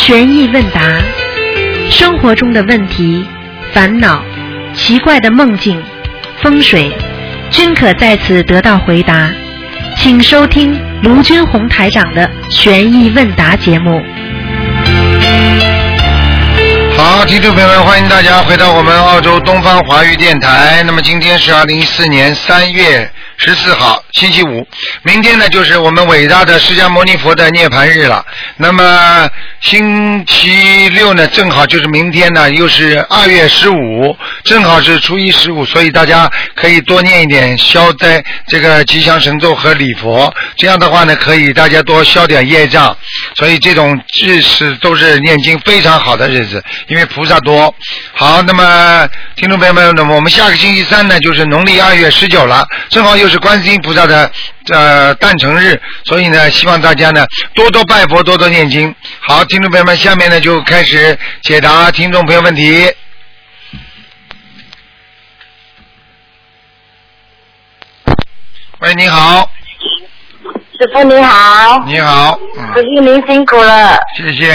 悬疑问答，生活中的问题、烦恼、奇怪的梦境、风水，均可在此得到回答。请收听卢军红台长的悬疑问答节目。 好，听众朋友们，欢迎大家回到我们澳洲东方华语电台。那么今天是2014年3月14号，星期五。明天呢，就是我们伟大的释迦牟尼佛的涅槃日了。那么星期六呢，正好就是明天呢，又是2月15，正好是初一15，所以大家可以多念一点消灾这个吉祥神咒和礼佛。这样的话呢，可以大家多消点业障。所以这种日子都是念经非常好的日子。因为菩萨多。好，那么听众朋友们，那么我们下个星期三呢，就是农历2月19了，正好又是观世音菩萨的诞辰日，所以呢，希望大家呢多多拜佛，多多念经。好，听众朋友们，下面呢就开始解答听众朋友问题。喂，你好。 师父你好。 你好。 师父您辛苦了。 谢谢。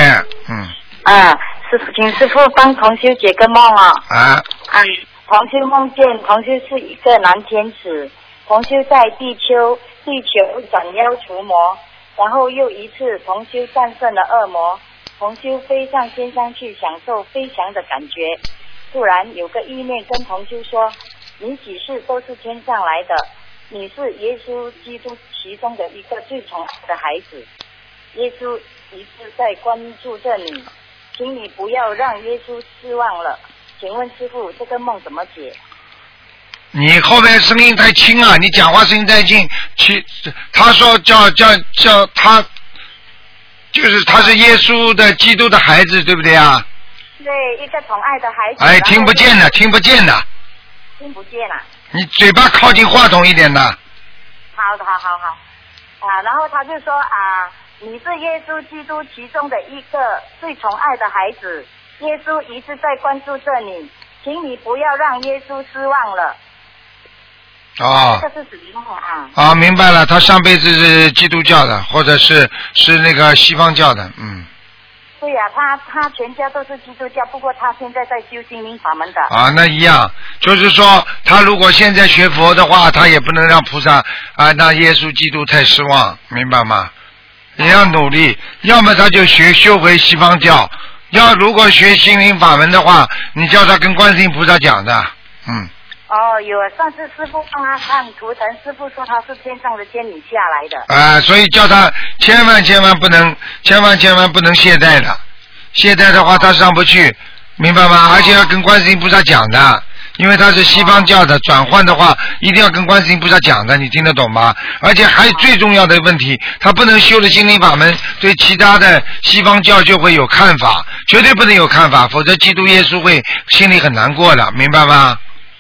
请师父帮同修解个梦啊。同修梦见同修是一个男天使，同修在地球斩妖除魔，然后又一次同修战胜了恶魔，同修飞上天上去享受飞翔的感觉。突然有个意念跟同修说，你几世都是天上来的，你是耶稣基督其中的一个最宠爱的孩子，耶稣一直在关注着你，请你不要让耶稣失望了。请问师父，这个梦怎么解？ 你后面声音太轻啊，你讲话声音太轻。他说叫他，就是他是耶稣的基督的孩子，对不对啊？ 对，一个宠爱的孩子。 哎，听不见的。听不见啊。你嘴巴靠近话筒一点的。 好。然后他就说你是耶稣基督其中的一个最宠爱的孩子，耶稣一直在关注着你，请你不要让耶稣失望了。这是什么明白了，他上辈子是基督教的，或者是那个西方教的。 对呀，他全家都是基督教，不过他现在在修心灵法门的。 那一样，就是说他如果现在学佛的话，他也不能让菩萨让耶稣基督太失望，明白吗？也要努力，要么他就修回西方教，如果学心灵法门的话，你叫他跟观世音菩萨讲的。 有上次师父帮他看图腾，师父说他是天上的仙女下来的。 所以叫他千万不能懈怠的，懈怠的话他上不去，明白吗？而且要跟观世音菩萨讲的，因为他是西方教的，转换的话一定要跟观世音菩萨讲的，你听得懂吗？而且还有最重要的问题，他不能修的心灵法门，对其他的西方教就会有看法，绝对不能有看法，否则基督耶稣会心里很难过的，明白吗？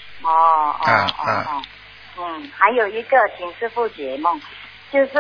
还有一个请师父解梦，就是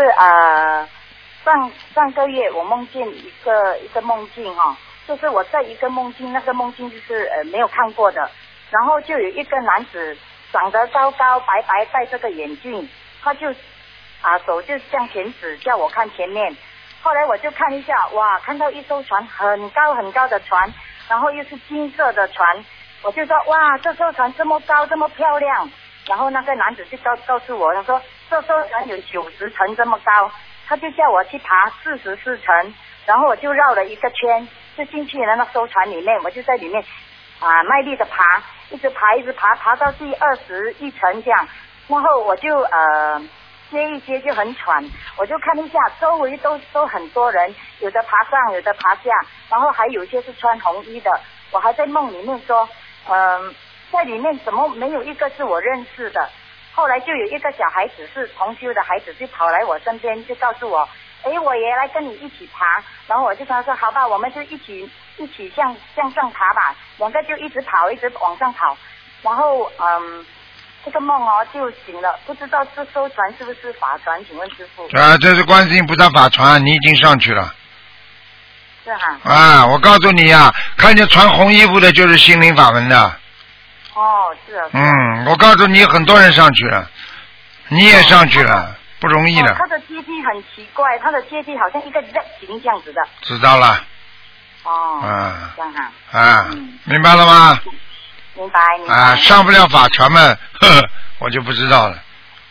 上个月我梦见一个梦境就是我在一个梦境，那个梦境就是没有看过的，然后就有一个男子长得高高白白，戴这个眼镜，他就手就向前指，叫我看前面。后来我就看一下，看到一艘船，很高很高的船，然后又是金色的船，我就说这艘船这么高这么漂亮。然后那个男子就告诉我，他说这艘船有90层这么高，他就叫我去爬44层，然后我就绕了一个圈，就进去了那艘船里面，我就在里面卖力的爬，一直爬，爬到第21层这样，然后我就接一接就很喘，我就看一下周围都很多人，有的爬上有的爬下，然后还有些是穿红衣的，我还在梦里面说在里面怎么没有一个是我认识的。后来就有一个小孩子是同修的孩子，就跑来我身边，就告诉我我也来跟你一起爬。然后我就跟他说好吧，我们就一起向上爬吧，两个就一直跑，一直往上跑。然后这个梦就醒了，不知道这艘船是不是法船，请问师父？ 这是观世音菩萨法船，你已经上去了。 是哈。 我告诉你看见穿红衣服的就是心灵法门的。 是啊。 我告诉你，很多人上去了，你也上去了，不容易的。 他的阶梯很奇怪，他的阶梯好像一个 Z 形这样子的。 知道了。 哦，这样哈。 啊，明白了吗？ 明白。 啊，上不了法船嘛，我就不知道了。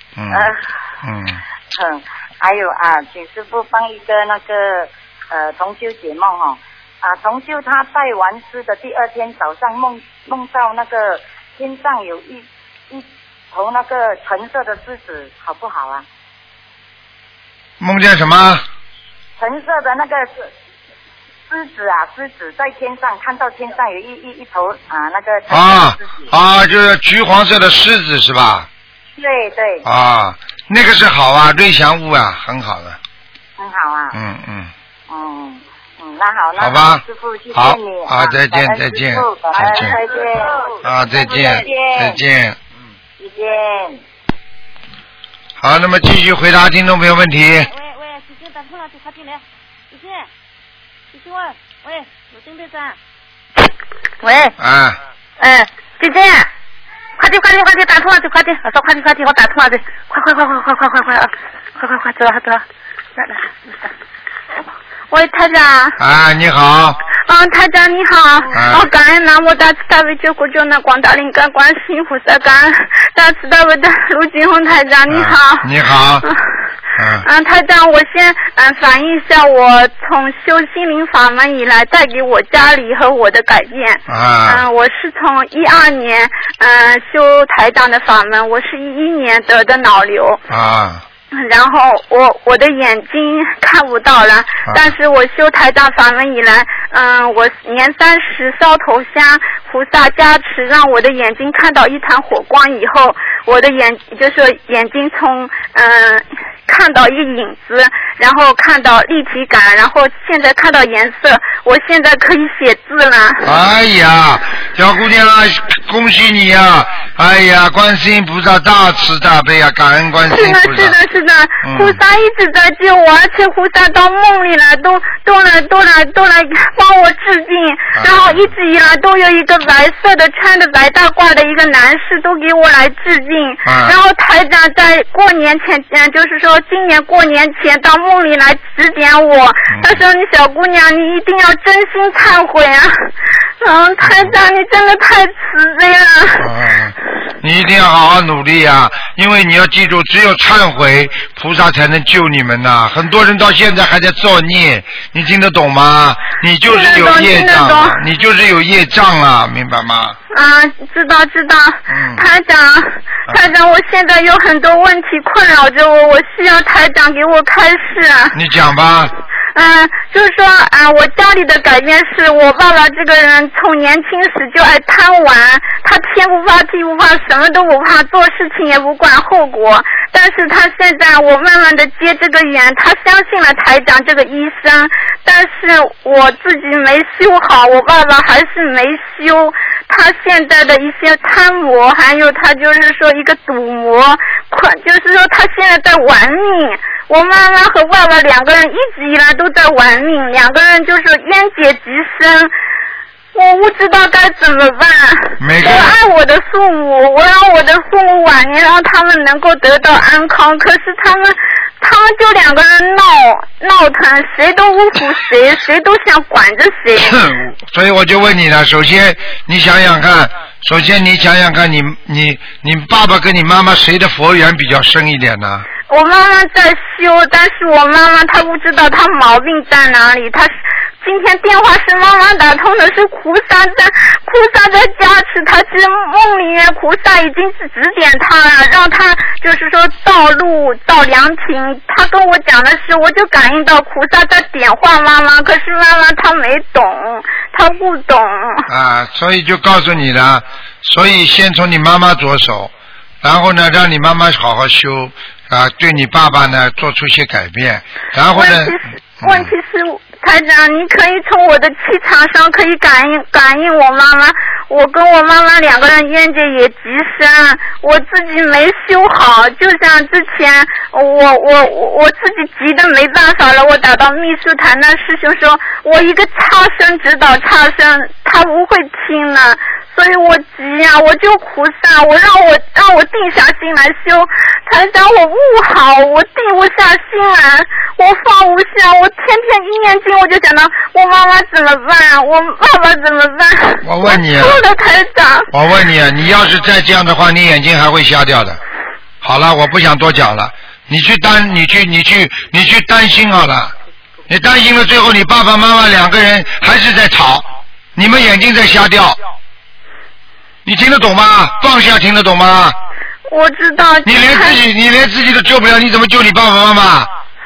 还有啊，请师父帮一个那个同修解梦哦。同修他拜完师的第二天早上梦到那个天上有一头那个橙色的狮子，好不好啊？ 梦见什么？ 橙色的那个狮子在天上，看到天上有一头那个橙色的狮子。 就是橘黄色的狮子是吧？ 对对。 那个是好啊，瑞祥物啊，很好的。 很好啊。那好， 好吧， 师父，谢谢你。 好，再见。再见。好，那么继续回答听众朋友问题。 喂，姐姐打通了，快进来。姐姐问，喂，有丁队长。 喂。姐姐，快点，打通了就快点，我说快点，我打通了的，快走了。喂，台长。 你好。 台长你好。感恩南无大慈大悲救苦救难广大灵感观世音菩萨，感恩大慈大悲的卢金红台长你好。 你好。 台长，我先反映一下我从修心灵法门以来带给我家里和我的改变。我是从12年修台长的法门，我是11年得的脑瘤。然后我的眼睛看不到了，但是我修台长法门以来，我年30烧头香，菩萨加持，让我的眼睛看到一团火光以后，我的眼睛从看到一影子，然后看到立体感，然后现在看到颜色，我现在可以写字了。 哎呀，小姑娘，恭喜你呀！哎呀，观世音菩萨大慈大悲啊，感恩观世音菩萨。 是的，菩萨一直在救我，而且菩萨到梦里来都来帮我致敬，然后一直以来都有一个白色的穿着白大褂的一个男士都给我来致敬，然后台长在过年前，就是说今年过年前到梦里来指点我，他说你小姑娘你一定要真心忏悔啊，台长你真的太慈悲了。 你一定要好好努力啊，因为你要记住，只有忏悔菩萨才能救你们呐。很多人到现在还在造孽，你听得懂吗？你就是有业障，你就是有业障啊，明白吗？ 知道。台长，我现在有很多问题困扰着我需要台长给我开示。 你讲吧。 就是说我家里的改变是我爸爸这个人从年轻时就爱贪玩，他天不怕地不怕，什么都不怕，做事情也不管后果。但是他现在我慢慢的接这个缘，他相信了台长这个医生，但是我自己没修好，我爸爸还是没修。他现在的一些贪魔，还有他就是说一个赌魔，就是说他现在在玩命。我妈妈和爸爸两个人一直以来都在玩命，两个人就是冤结极深。我不知道该怎么办。我爱我的父母，我让我的父母晚年让他们能够得到安康，可是他们就两个人闹腾，谁都无服谁，谁都想管着谁。 所以我就问你了，首先你想想看，你爸爸跟你妈妈谁的佛缘比较深一点呢？ 我妈妈在修，但是我妈妈她不知道她毛病在哪里。今天电话是妈妈打通的，是菩萨在加持她。其实梦里面菩萨已经指点她了，让她就是说造路造凉亭。她跟我讲的是，我就感应到菩萨在点化妈妈，可是妈妈她没懂，她不懂。 所以就告诉你了，所以先从你妈妈着手，然后呢，让你妈妈好好修。对你爸爸呢做出些改变，然后呢？ 问题是，台长，你可以从我的气场上可以感应我妈妈。我跟我妈妈两个人冤结也极深，我自己没修好，就像之前我自己急得没办法了，我打到秘书台，那师兄说我一个差生指导差生，他不会听呢。所以我急呀，我就菩萨，让我定下心来修。台长，我悟好，我定不下心来，我放不下，我天天一念经，我就想到我我妈妈怎么办？我爸爸怎么办？ 我问你啊， 错了，台长。 我问你啊，你要是再这样的话，你眼睛还会瞎掉的。好了，我不想多讲了。你去担心好了。你担心了，最后你爸爸妈妈两个人还是在吵，你们眼睛在瞎掉。你听得懂吗？放下听得懂吗？ 我知道。 你连自己都救不了，你怎么救你爸爸妈妈？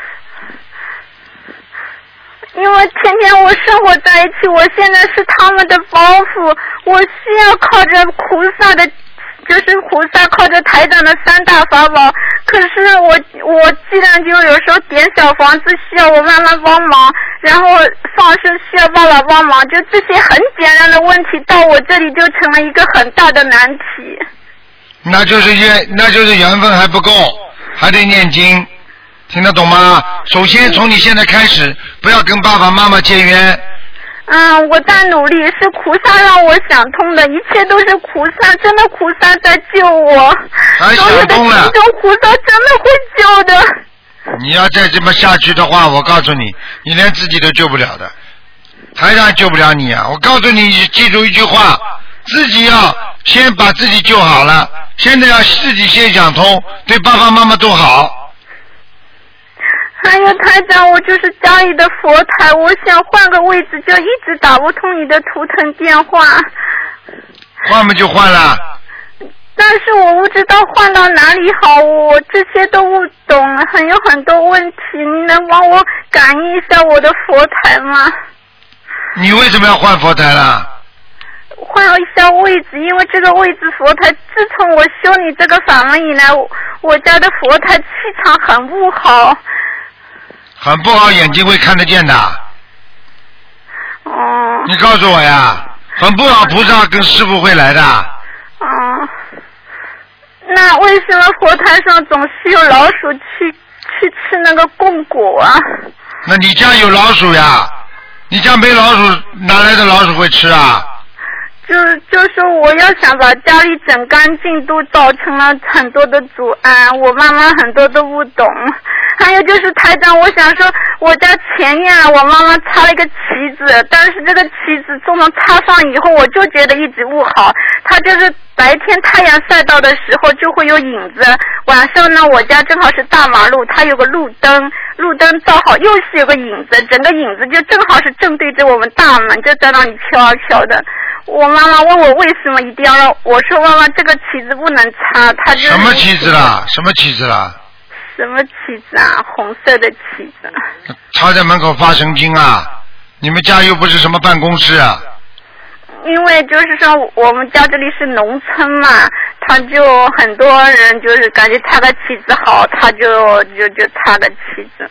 因为天天我生活在一起，我现在是他们的包袱，我需要靠着菩萨的，就是菩萨靠着台长的3大法宝。可是我既然就有时候点小房子需要我妈妈帮忙，然后放生需要爸爸帮忙，就这些很简单的问题到我这里就成了一个很大的难题。 那就是缘分还不够，还得念经。听得懂吗？首先从你现在开始，不要跟爸爸妈妈结冤。 我在努力，是菩萨让我想通的，一切都是菩萨，真的菩萨在救我。 还想通了？ 所有的其中菩萨真的会救的。 你要再这么下去的话，我告诉你，你连自己都救不了的，台上救不了你啊！我告诉你，记住一句话，自己要先把自己救好了，现在要自己先想通，对爸爸妈妈都好。 还有台长，我就是家里的佛台，我想换个位置，就一直打不通你的图腾电话。 换不就换了？ 但是我不知道换到哪里好，我这些都不懂，有很多问题，你能帮我感应一下我的佛台吗？ 你为什么要换佛台了？ 换一下位置，因为这个位置佛台，自从我修你这个法门以来，我家的佛台气场很不好。 很不好，眼睛会看得见的。你告诉我呀，很不好，菩萨跟师父会来的。 那为什么佛台上总是有老鼠去吃那个供果啊？ 那你家有老鼠呀？你家没老鼠，哪来的老鼠会吃啊？ 就是我要想把家里整干净，都造成了很多的阻碍，我妈妈很多都不懂。还有就是台长，我想说我家前院我妈妈插了一个旗子，但是这个旗子自从插上以后，我就觉得一直不好，它就是白天太阳晒到的时候就会有影子，晚上呢我家正好是大马路，它有个路灯照好又是有个影子，整个影子就正好是正对着我们大门，就在那里飘啊飘的。我妈妈问我为什么一定要让我说妈妈这个旗子不能插，她就什么旗子啦？什么旗子啦？ 什么旗子啊？红色的旗子。 插在门口发神经啊！你们家又不是什么办公室啊。 因为就是说我们家这里是农村嘛，他就很多人就是感觉插个旗子好，他就插个旗子。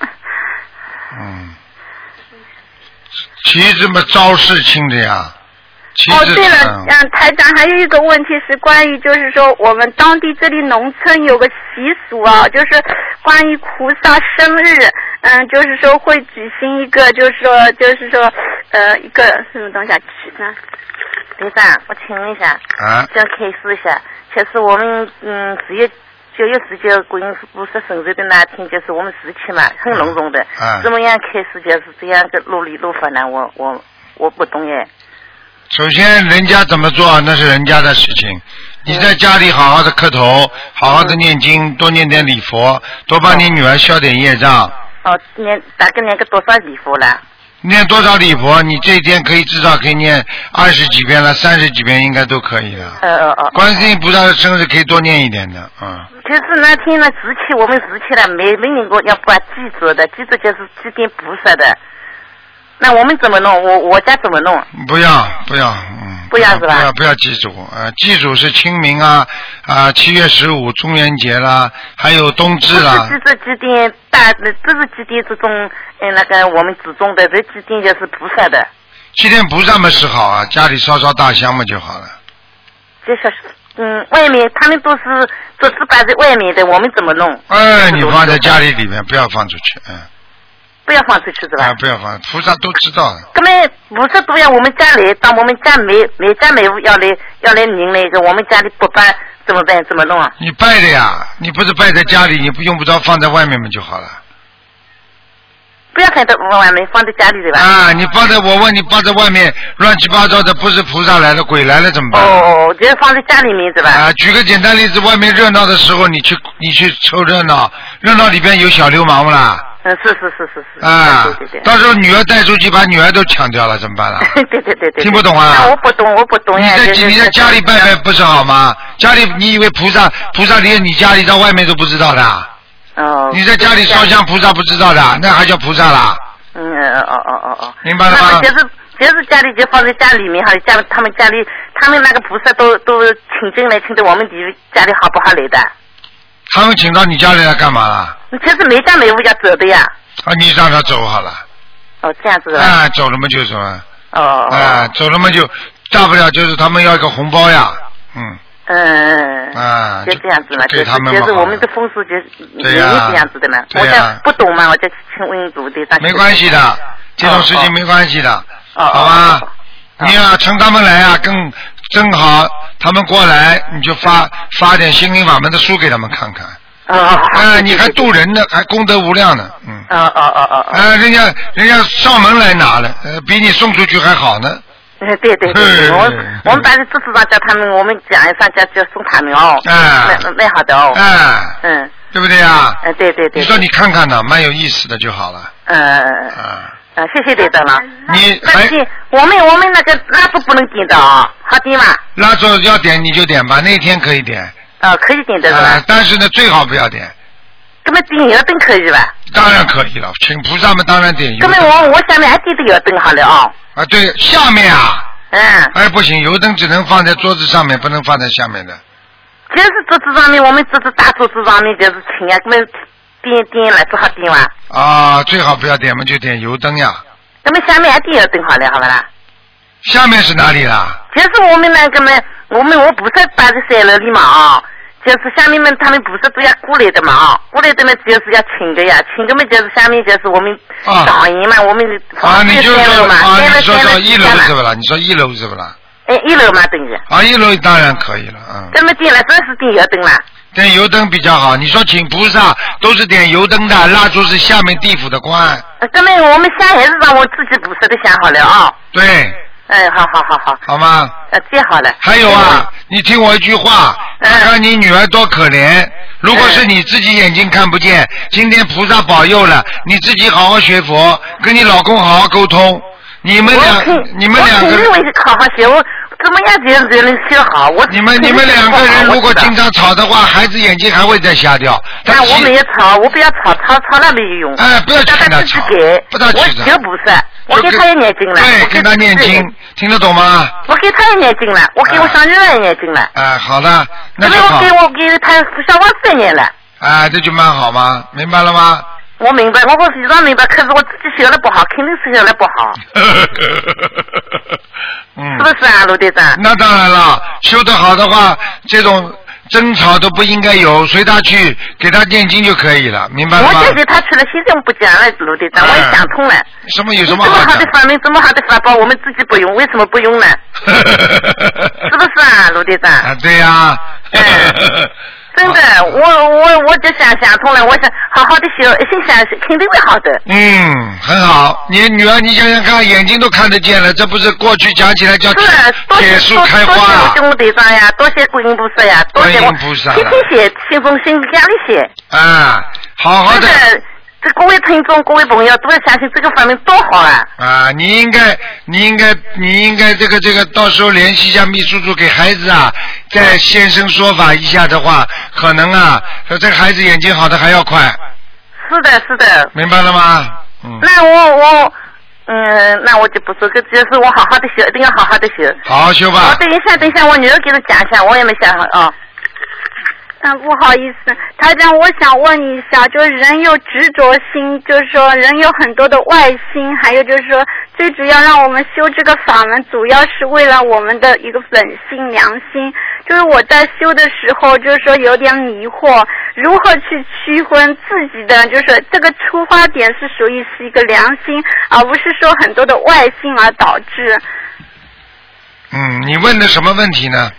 旗子嘛招事情的呀。 对了，台长还有一个问题是关于就是说我们当地这里农村有个习俗啊，就是关于菩萨生日，就是说会举行一个就是说一个什么东西啊？ 队长，我请问一下，想开始一下，就是我们9月19观音菩萨生日的那天，就是我们17嘛，很隆重的，怎么样开始就是这样个如理如法呢？我不懂耶。 首先人家怎么做那是人家的事情，你在家里好好的磕头，好好的念经，多念点礼佛，多帮你女儿消点业障。 大概念个多少礼佛了？ 念多少礼佛？你这一天至少可以念20几遍了，30几遍应该都可以的。观世音菩萨的生日可以多念一点的。 就是那天呢，17我们17了，没人过要把记住的，记住就是祭奠菩萨的。那我们怎么弄？我家怎么弄？不要， 不要是吧？不要祭祖祭祖是清明7月15中元节啦，还有冬至啦。 这是祭奠这种那个我们祖宗的，这祭奠就是菩萨的。 祭奠菩萨嘛是好啊，家里烧大香嘛就好了。 就是外面他们都是做置摆在外面的，我们怎么弄？ 你放在家里面，不要放出去。 不要放出去是吧？ 不要放，菩萨都知道的。 那么菩萨都要我们家来，当我们家每家每户要来领那个，我们家里不拜怎么办？怎么弄啊？ 你拜的呀，你不是拜在家里，你不用不着放在外面嘛就好了。 不要放在外面，放在家里对吧？ 啊，你放在我问你放在外面乱七八糟的，不是菩萨来了鬼来了怎么办？ 哦，就是放在家里面对吧？ 啊，举个简单例子，外面热闹的时候你去凑热闹，热闹里边有小流氓不啦？ 是。 啊， 对。 到时候女儿带出去把女儿都抢掉了怎么办了？ 对。 听不懂啊？ 我不懂呀。 你在家里拜拜不是好吗？家里你以为菩萨连你家里到外面都不知道的？ 哦。 你在家里烧香，菩萨不知道的，那还叫菩萨啦？ 哦。 明白了吗？ 就是家里就放在家里面，还有他们家里，他们那个菩萨都请进来，请到我们家里好不好来的？ 他们请到你家里来干嘛了？ 其实没家没户要走的呀。 啊，你让他走好了。 哦，这样子。 啊，走了嘛就走了。 哦。 啊，走了嘛就大不了就是他们要一个红包呀，啊， 就这样子嘛， 给他们嘛。 就是我们的风俗就是这样子的嘛。 对呀。 我不懂嘛，我就请问组队长。 没关系的，这种事情没关系的，好吧？你要趁他们来啊，正好他们过来，你就发点心灵法门的书给他们看看。你还渡人呢，还功德无量呢，人家上门来拿了，比你送出去还好呢。 对，我们班的支持长叫他们，我们讲一上家就送他们哦，蛮好的哦， 对不对呀？ 对。 你说你看看呢，蛮有意思的就好了。 谢谢队长了。 你我们那个蜡烛不能点的啊，好点吗？ 蜡烛要点你就点吧，那天可以点。 可以点的是吧？ 但是呢，最好不要点。 那么点油灯可以吧？ 当然可以了，请菩萨们当然点油灯。 那么我下面还点的油灯好了啊。 对，下面啊。不行，油灯只能放在桌子上面，不能放在下面的。 就是桌子上面，我们这大桌子上面就是请啊，那么点了多好点哇。 最好不要点嘛，就点油灯呀。 那么下面还点油灯好了，好不啦？ 下面是哪里啦？ 就是我们那个嘛，我菩萨摆在三楼里嘛就是下面们他们菩萨都要过来的嘛过来的嘛就是要请的呀，请的嘛就是下面就是我们导演嘛，我们你就说你说一楼是不啦？你说一楼是不啦？ 一楼嘛等于。 一楼当然可以了， 那么点了真是点油灯啦。 点油灯比较好，你说请菩萨都是点油灯的，蜡烛是下面地府的官。 那么我们香还是让我自己菩萨的香好了对。 好。 好吗？ 这好了。 还有你听我一句话，看你女儿多可怜。如果是你自己眼睛看不见，今天菩萨保佑了，你自己好好学佛，跟你老公好好沟通。你们两个人好好学，我怎么样才能学好？你们两个人如果经常吵的话，孩子眼睛还会再瞎掉。 我没有吵，我不要吵了没有用。 不要去跟他吵，不要去的。 我就不是，我给他也念经了。 对，给他念经，听得懂吗？ 我给他也念经了，我给我小女儿也念经了。 好的，那就好。 我给他小王子也念了。 这就蛮好吗？明白了吗？ 我明白，我非常明白，可是我自己学的不好，肯定是学的不好。是不是啊，卢队长？ 那当然了，修得好的话，这种争吵都不应该有，随他去，给他念经就可以了，明白了吗？ 我就给他去了，现在我不讲了，卢队长，我也想通了。 有什么这么好的法门，这么好的法宝，我们自己不用，为什么不用呢？是不是啊，卢队长？ 对呀。 真的，我就想通了，我想好好的修，心想肯定会好的。 很好。你女儿，你想想看，眼睛都看得见了，这不是过去讲起来叫铁树开花了。 多谢我队长呀，多谢观音菩萨呀，多谢我。天天写，心中心家里写。 好好的。 这各位听众、各位朋友都要相信这个法门多好啊！ 你应该这个到时候联系一下秘书处，给孩子再现身说法一下的话，可能说这个孩子眼睛好的还要快。 是的。 明白了吗？ 那我就不说，就是我好好的修，一定要好好的修。 好好修吧。 等一下，我女儿给他讲一下，我也没想好不好意思，台长，我想问你一下，就是人有执着心，就是说人有很多的外心，还有就是说最主要让我们修这个法门，主要是为了我们的一个本心良心。就是我在修的时候，就是说有点迷惑，如何去区分自己的，就是这个出发点是属于是一个良心，而不是说很多的外心而导致。 你问的什么问题呢？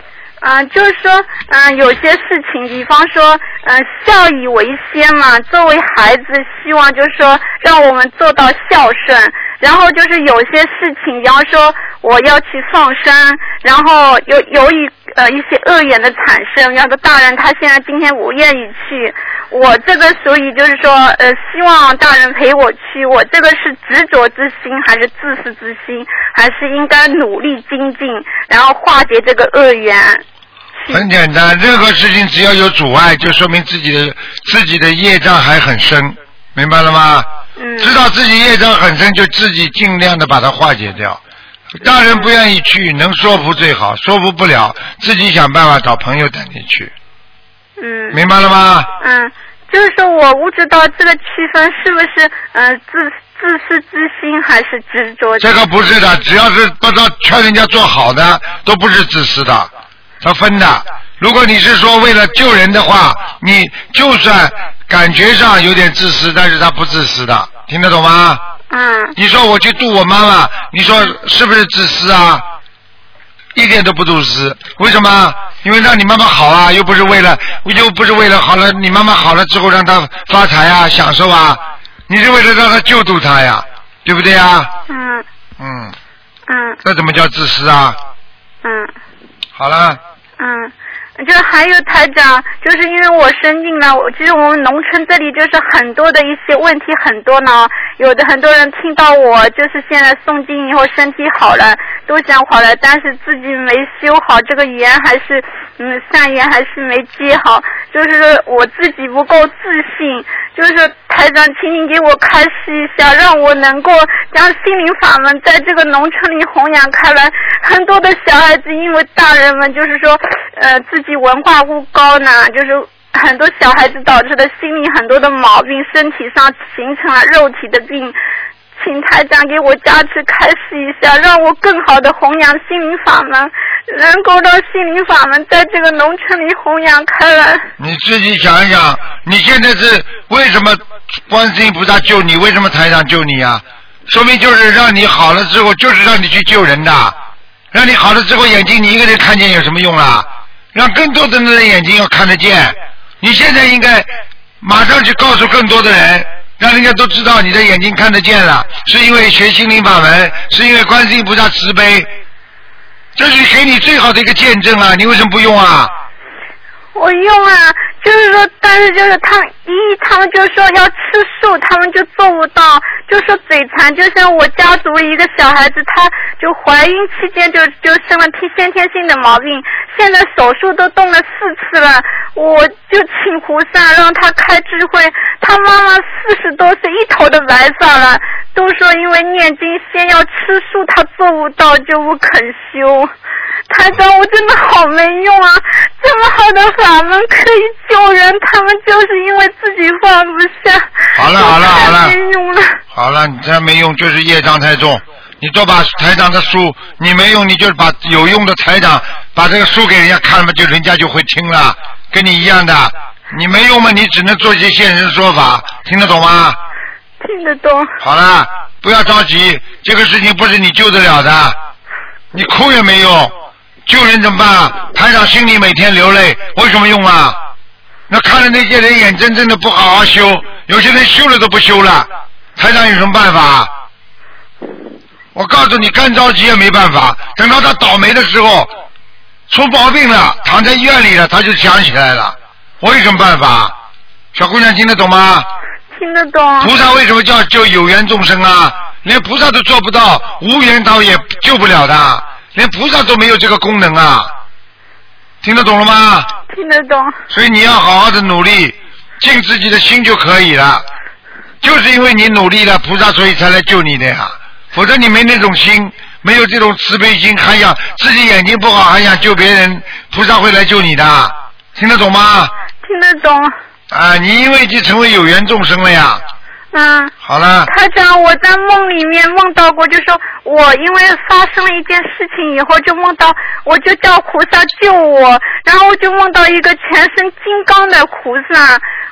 就是说，有些事情，比方说，孝以为先嘛。作为孩子，希望就是说，让我们做到孝顺。然后就是有些事情，比方说我要去放生，然后由于一些恶缘的产生，比方说大人他现在今天不愿意去，我这个属于就是说希望大人陪我去，我这个是执着之心还是自私之心，还是应该努力精进，然后化解这个恶缘？ 很简单，任何事情只要有阻碍，就说明自己的业障还很深，明白了吗？知道自己业障很深，就自己尽量的把它化解掉。大人不愿意去，能说服最好，说服不了，自己想办法找朋友带你去。明白了吗？ 就是说我不知道这个区分是不是自私之心还是执着。 这个不是的，只要是不知道劝人家做好的，都不是自私的，它分的。如果你是说为了救人的话，你就算感觉上有点自私，但是他不自私的，听得懂吗？你说我去度我妈妈，你说是不是自私啊？一点都不自私。为什么？因为让你妈妈好啊，又不是为了好了，你妈妈好了之后让她发财啊，享受啊，你是为了让她救度她呀，对不对啊？这怎么叫自私啊？好了。 就还有台长，就是因为我生病了，其实我们农村这里就是很多的一些问题很多呢，有的很多人听到我就是现在诵经以后身体好了，都想好了，但是自己没修好这个缘，还是善缘还是没结好，就是我自己不够自信，就是台长请你给我开示一下，让我能够将心灵法门在这个农村里弘扬开来。很多的小孩子因为大人们就是说自己文化不高呢，就是很多小孩子导致的心理很多的毛病，身体上形成了肉体的病，请台长给我加持开示一下，让我更好的弘扬心灵法门，能够让心灵法门在这个农村里弘扬开来。 你自己想一想，你现在是为什么观世音菩萨救你，为什么台长救你啊？说明就是让你好了之后，就是让你去救人的，让你好了之后眼睛你一个人看见有什么用啊？让更多的人的眼睛要看得见。你现在应该马上去告诉更多的人，让人家都知道你的眼睛看得见了，是因为学心灵法门，是因为观世音菩萨慈悲，这是给你最好的一个见证啊！你为什么不用啊？ 我用啊，就是说，但是就是他们就说要吃素，他们就做不到，就说嘴馋。就像我家族一个小孩子，他就怀孕期间就生了先天性的毛病，现在手术都动了4次了，我就请菩萨让他开智慧。他妈妈40多岁，一头的白发了，都说因为念经先要吃素，他做不到就不肯修。台长，我真的好没用啊！这么好的法门可以救人，他们就是因为自己放不下。好了，你这没用，就是业障太重。你多把台长的书，你没用，你就把有用的台长把这个书给人家看嘛，就人家就会听了，跟你一样的。你没用嘛，你只能做一些现身说法，听得懂吗？ 听得懂。 好了，不要着急，这个事情不是你救得了的，你哭也没用。救人怎么办啊？台长心里每天流泪，为什么用啊？那看着那些人眼睁睁的不好好修，有些人修了都不修了，台长有什么办法？我告诉你，干着急也没办法，等到他倒霉的时候，出毛病了，躺在医院里了，他就想起来了，我有什么办法？小姑娘听得懂吗？ 听得懂。 菩萨为什么叫救有缘众生啊？连菩萨都做不到，无缘他也救不了的。连菩萨都没有这个功能啊，听得懂了吗？ 听得懂。 所以你要好好的努力，尽自己的心就可以了。就是因为你努力了，菩萨所以才来救你的呀。否则你没那种心，没有这种慈悲心，还想自己眼睛不好还想救别人，菩萨会来救你的。听得懂吗？ 听得懂。 啊，你因为已经成为有缘众生了呀。好了。 台长，我在梦里面梦到过，就说我因为发生了一件事情以后，就梦到我就叫菩萨救我，然后我就梦到一个全身金刚的菩萨，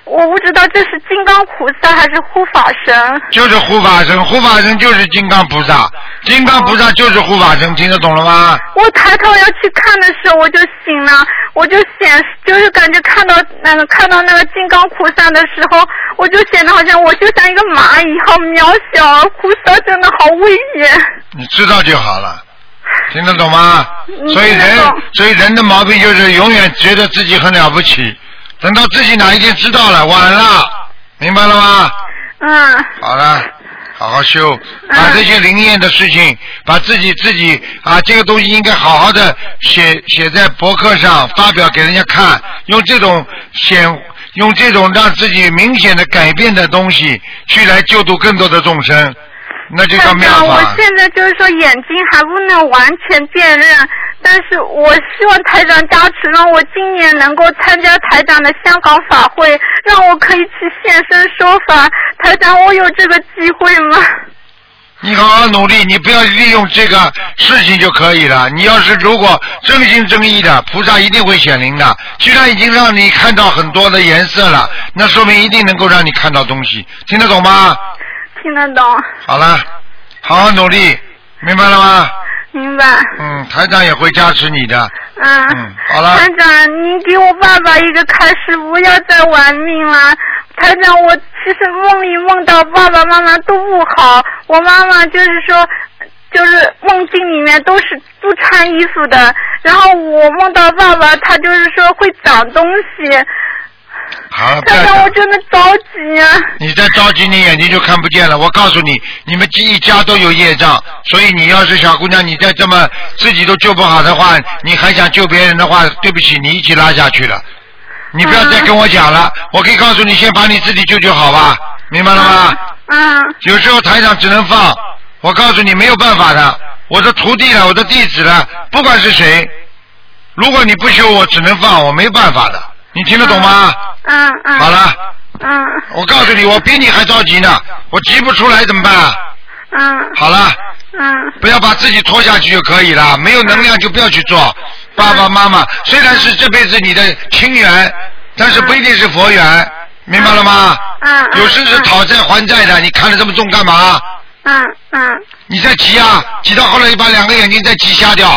我不知道这是金刚菩萨还是护法神。 就是护法神，护法神就是金刚菩萨，金刚菩萨就是护法神，听得懂了吗？ 我抬头要去看的时候，我就醒了，我就就是感觉看到那个金刚菩萨的时候，我就显得好像我就像一个蚂蚁，好渺小，菩萨真的好威严。 你知道就好了。听得懂吗？所以人的毛病就是永远觉得自己很了不起，等到自己哪一天知道了，晚了，明白了吗？好了，好好修，把这些灵验的事情，把自己这个东西应该好好的写在博客上，发表给人家看，用这种让自己明显的改变的东西，去来救度更多的众生。那就叫妙法。 我现在就是说眼睛还不能完全辨认，但是我希望台长加持，让我今年能够参加台长的香港法会，让我可以去现身说法。台长，我有这个机会吗？ 你好好努力，你不要利用这个事情就可以了。你要是如果真心真意的，菩萨一定会显灵的。既然已经让你看到很多的颜色了，那说明一定能够让你看到东西，听得懂吗？ 听得懂。 好了，好好努力，明白了吗？ 明白。 台长也会加持你的。好了。 台长，您给我爸爸一个开示，不要再玩命了。台长，我其实梦里梦到爸爸妈妈都不好，我妈妈就是说，就是梦境里面都是不穿衣服的，然后我梦到爸爸，他就是说会长东西。 好了， 台长，我真的着急啊！ 你再着急，你眼睛就看不见了。我告诉你，你们一家都有业障，所以你要是小姑娘，你再这么自己都救不好的话，你还想救别人的话，对不起，你一起拉下去了。你不要再跟我讲了，我可以告诉你，先把你自己救好吧，明白了吗？有时候台长只能放，我告诉你没有办法的，我的徒弟了，我的弟子了，不管是谁，如果你不修，我只能放，我没办法的。你听得懂吗？好了。我告诉你，我比你还着急呢，我急不出来怎么办？好了。不要把自己拖下去就可以了，没有能量就不要去做。爸爸妈妈虽然是这辈子你的亲缘，但是不一定是佛缘，明白了吗？有时是讨债还债的，你看得这么重干嘛？你在急啊，急到后来你把两个眼睛再急瞎掉。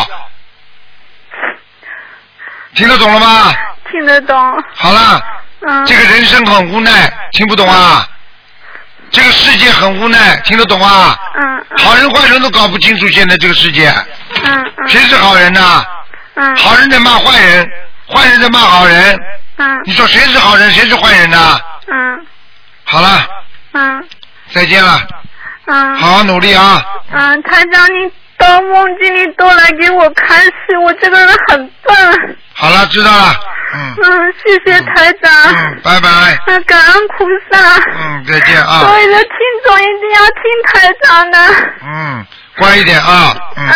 听得懂了吗？ 听得懂。 好了。这个人生很无奈，听不懂啊？这个世界很无奈，听得懂啊？好人坏人都搞不清楚，现在这个世界。谁是好人呢？好人在骂坏人，坏人在骂好人。你说谁是好人，谁是坏人呢？好了。再见了。好好努力啊。 台长，你到梦境里都来给我开示，我这个人很笨。 好了，知道了。 谢谢台长。 拜拜。 感恩菩萨。 再见啊。 所有的听众一定要听台长的。 乖一点啊。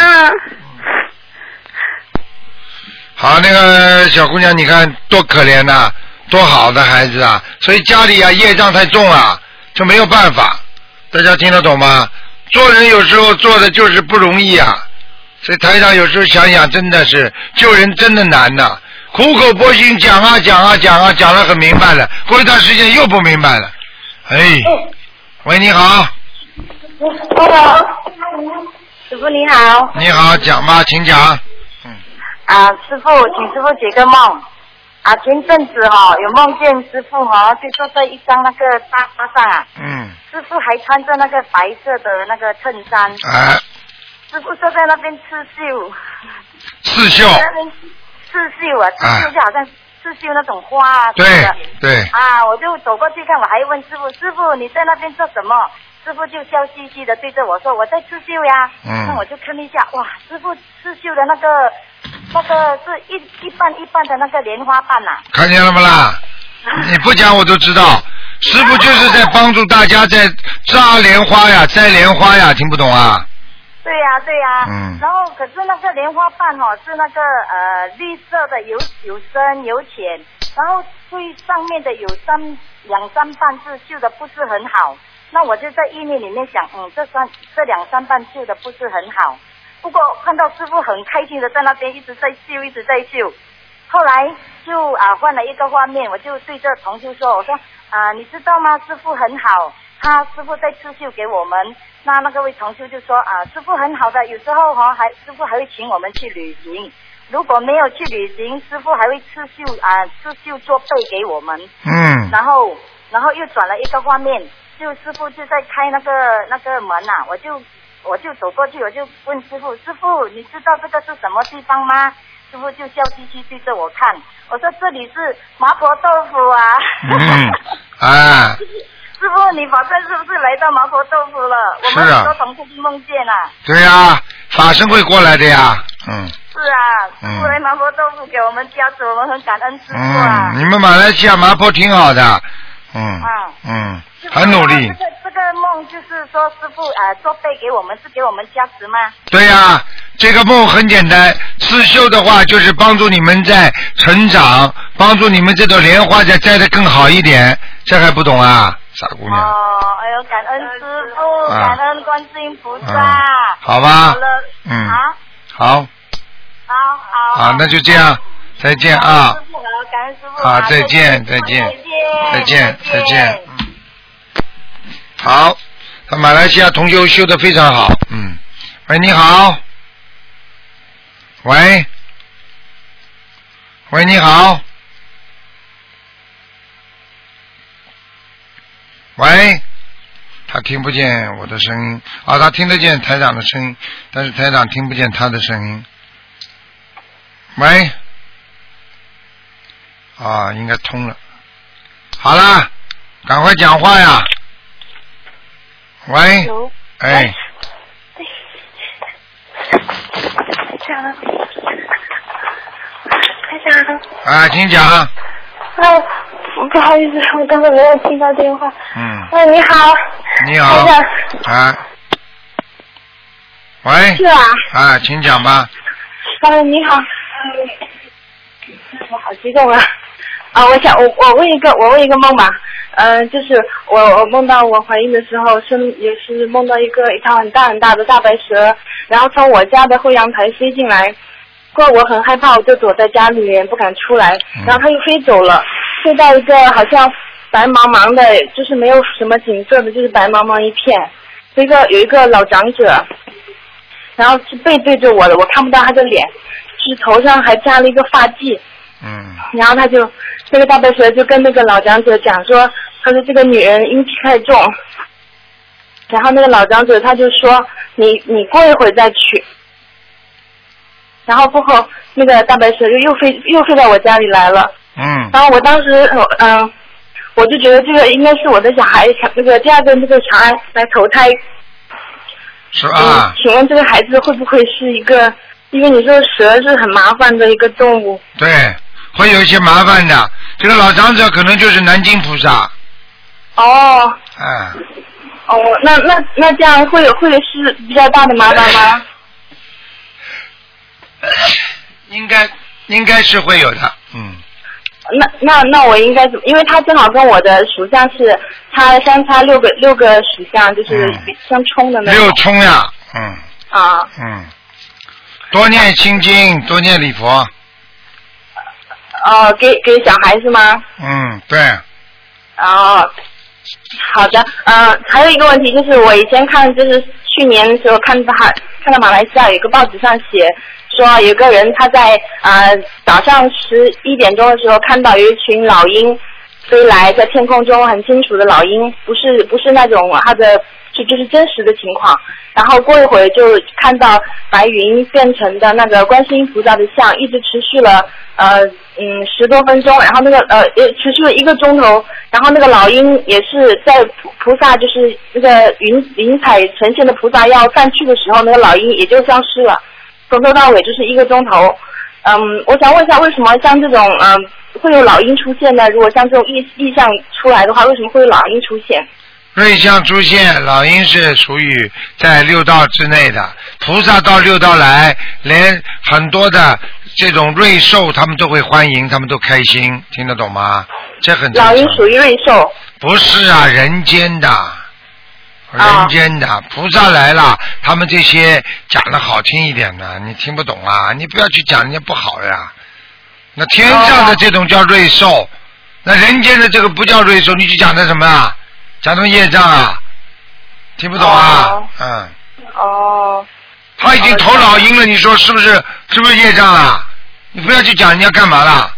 好，那个小姑娘，你看多可怜呐，多好的孩子啊！所以家里啊业障太重了，就没有办法。大家听得懂吗？做人有时候做的就是不容易啊。所以台长有时候想想，真的是救人真的难呐。苦口婆心讲啊讲了很明白了，过一段时间又不明白了。喂，你好。 师傅你好。 你好，讲吧，请讲。 师傅，请师傅解个梦。前阵子有梦见师傅就坐在一张那个沙发上师傅还穿着那个白色的那个衬衫。师傅坐在那边刺绣。 刺绣。 刺绣就好像刺绣那种花对。 我就走过去看，我还问师傅，师傅你在那边做什么？师傅就笑嘻嘻的对着我说，我在刺绣呀。那我就看一下，哇，师傅刺绣的那个是一半一半的那个莲花瓣看见了不啦？你不讲我都知道，师傅就是在帮助大家在扎莲花呀，摘莲花呀，听不懂啊？ 对呀。然后可是那个莲花瓣是那个绿色的，有深有浅，然后最上面的有两三瓣是绣的不是很好。那我就在意念里面想，这两三瓣绣的不是很好。不过看到师傅很开心的在那边一直在绣。后来就换了一个画面，我就对着同修说，我说你知道吗？师父很好，师父在刺绣给我们。那个位同修就说师父很好的，有时候师父还会请我们去旅行。如果没有去旅行，师父还会刺绣做背给我们。然后又转了一个画面，就师父就在开那个门我就走过去，我就问师父，师父你知道这个是什么地方吗？师父就笑嘻嘻对着我看，我说这里是麻婆豆腐师父你保证是不是来到麻婆豆腐了？我们很多同事都梦见对呀，法身会过来的呀。 是师父来麻婆豆腐给我们加持，我们很感恩师父你们马来西亚麻婆挺好的。很努力。 这个梦就是说师父做背给我们，是给我们加持吗？ 对呀，这个梦很简单，刺绣的话就是帮助你们在成长，帮助你们这朵莲花再摘得更好一点，这还不懂啊，傻姑娘。 哎呦，感恩师父，感恩观世音菩萨。 好吧。 好了。 好。好，那就这样，再见啊。师父好，感恩师父。 好，再见。好，马来西亚同修修得非常好。喂，你好。喂，你好。喂，他听不见我的声音他听得见台长的声音，但是台长听不见他的声音。喂，应该通了。好啦，赶快讲话呀。喂，请讲。 不好意思，我刚才没有听到电话。你好。 你好。喂。 是请讲吧。 你好。我好激动我问一个梦吧。就是我梦到我怀孕的时候也是梦到一条很大很大的大白蛇，然后从我家的后阳台飞进来，过我很害怕，我就躲在家里面不敢出来，然后它又飞走了，飞到一个好像白茫茫的，就是没有什么景色的，就是白茫茫一片。有一个老长者，然后是背对着我的，我看不到他的脸，就是头上还扎了一个发髻。然后那个大白蛇就跟那个老长者讲说，他说这个女人阴气太重，然后那个老长者他就说你过一会儿再去，然后过后那个大白蛇就又飞到我家里来了。然后我当时我就觉得这个应该是我的小孩，这个第二个这个小孩来投胎。 是啊。 请问这个孩子会不会是一个，因为你说蛇是很麻烦的一个动物。 对，会有一些麻烦的。这个老长者可能就是南京菩萨。 那这样会是比较大的麻烦吗？ 应该是会有的。 那我应该怎么？因为他正好跟我的属相是相差六个属相，就是相冲的那种。 6冲呀。多念心经，多念礼佛。 给小孩是吗？ 对。 好的。还有一个问题就是我以前就是去年的时候看到马来西亚有一个报纸上写说有个人他在早上11点钟的时候看到有一群老鹰飞来，在天空中很清楚的老鹰，不是那种他的就是真实的情况。然后过一会儿就看到白云变成的那个观世音菩萨的像，一直持续了10多分钟，然后持续了1个钟头，然后那个老鹰也是在菩萨就是那个云彩呈现的菩萨要散去的时候，那个老鹰也就消失了，从头到尾就是1个钟头。我想问一下，为什么像这种会有老鹰出现呢？如果像这种意象出来的话，为什么会有老鹰出现？ 瑞象出现，老鹰是属于在6道之内的，菩萨到6道来，连很多的这种瑞兽他们都会欢迎，他们都开心，听得懂吗？这很正常。 老鹰属于瑞兽？ 不是啊，人间的。菩萨来了，他们这些讲的好听一点的，你听不懂啊，你不要去讲人家不好呀。那天上的这种叫瑞兽， 那人间的这个不叫瑞兽，你去讲的什么啊？讲的业障啊？听不懂啊？他已经投老鹰了，你说是不是？是不是业障啊？你不要去讲人家干嘛啦？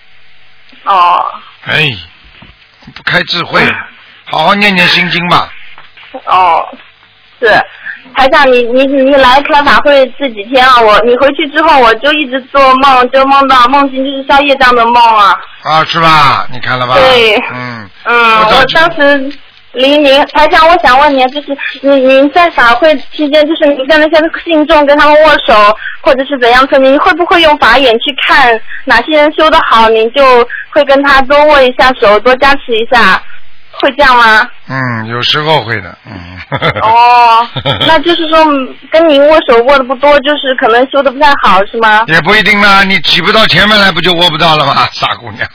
哎，不开智慧，好好念念心经吧。 是。台长，你来开法会这几天啊，你回去之后我就一直做梦，就梦境就是消业障的梦啊。 是吧？你看了吧？ 对。我当时台长，我想问您，就是您在法会期间，就是您跟那些信众跟他们握手，或者是怎样子，您会不会用法眼去看哪些人修得好，您就会跟他多握一下手，多加持一下？会这样吗？ 有时候会的。 那就是说跟您握手握的不多，就是可能修的不太好，是吗？ 也不一定啦，你挤不到前面来，不就握不到了吗？傻姑娘。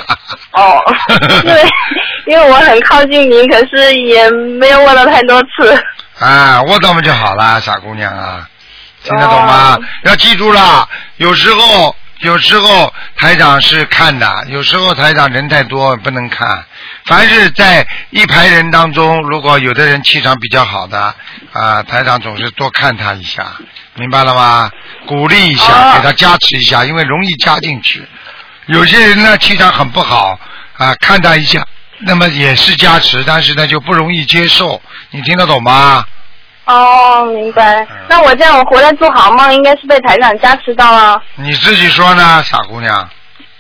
对，因为我很靠近您，可是也没有握到太多次。 握到嘛就好了，傻姑娘啊，听得懂吗？要记住了，有时候台长是看的，有时候台长人太多不能看。凡是在一排人当中，如果有的人气场比较好的台长总是多看他一下，明白了吗？鼓励一下，给他加持一下，因为容易加进去。有些人呢气场很不好看他一下，那么也是加持，但是呢就不容易接受，你听得懂吗？ 明白。那我这样，我回来做好梦，应该是被台长加持到了。 你自己说呢，傻姑娘。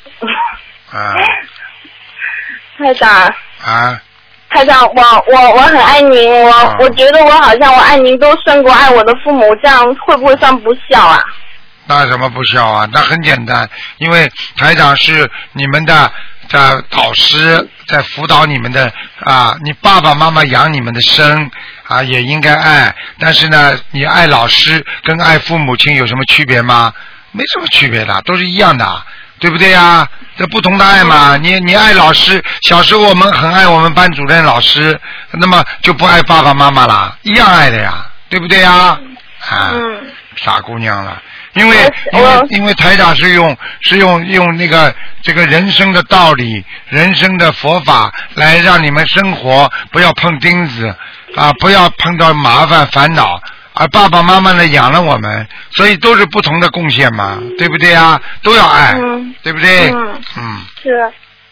台长。台长，我很爱您，我觉得我好像我爱您都胜过爱我的父母，这样会不会算不孝啊？ 那什么不孝啊？那很简单，因为台长是你们的导师，在辅导你们的你爸爸妈妈养你们的生也应该爱，但是呢，你爱老师跟爱父母亲有什么区别吗？没什么区别的，都是一样的，对不对呀？这不同的爱嘛，你爱老师，小时候我们很爱我们班主任老师，那么就不爱爸爸妈妈啦，一样爱的呀，对不对呀？傻姑娘了。因为台长是用那个这个人生的道理、人生的佛法来让你们生活不要碰钉子不要碰到麻烦烦恼，而爸爸妈妈呢养了我们，所以都是不同的贡献嘛，对不对啊？都要爱，对不对？ 是。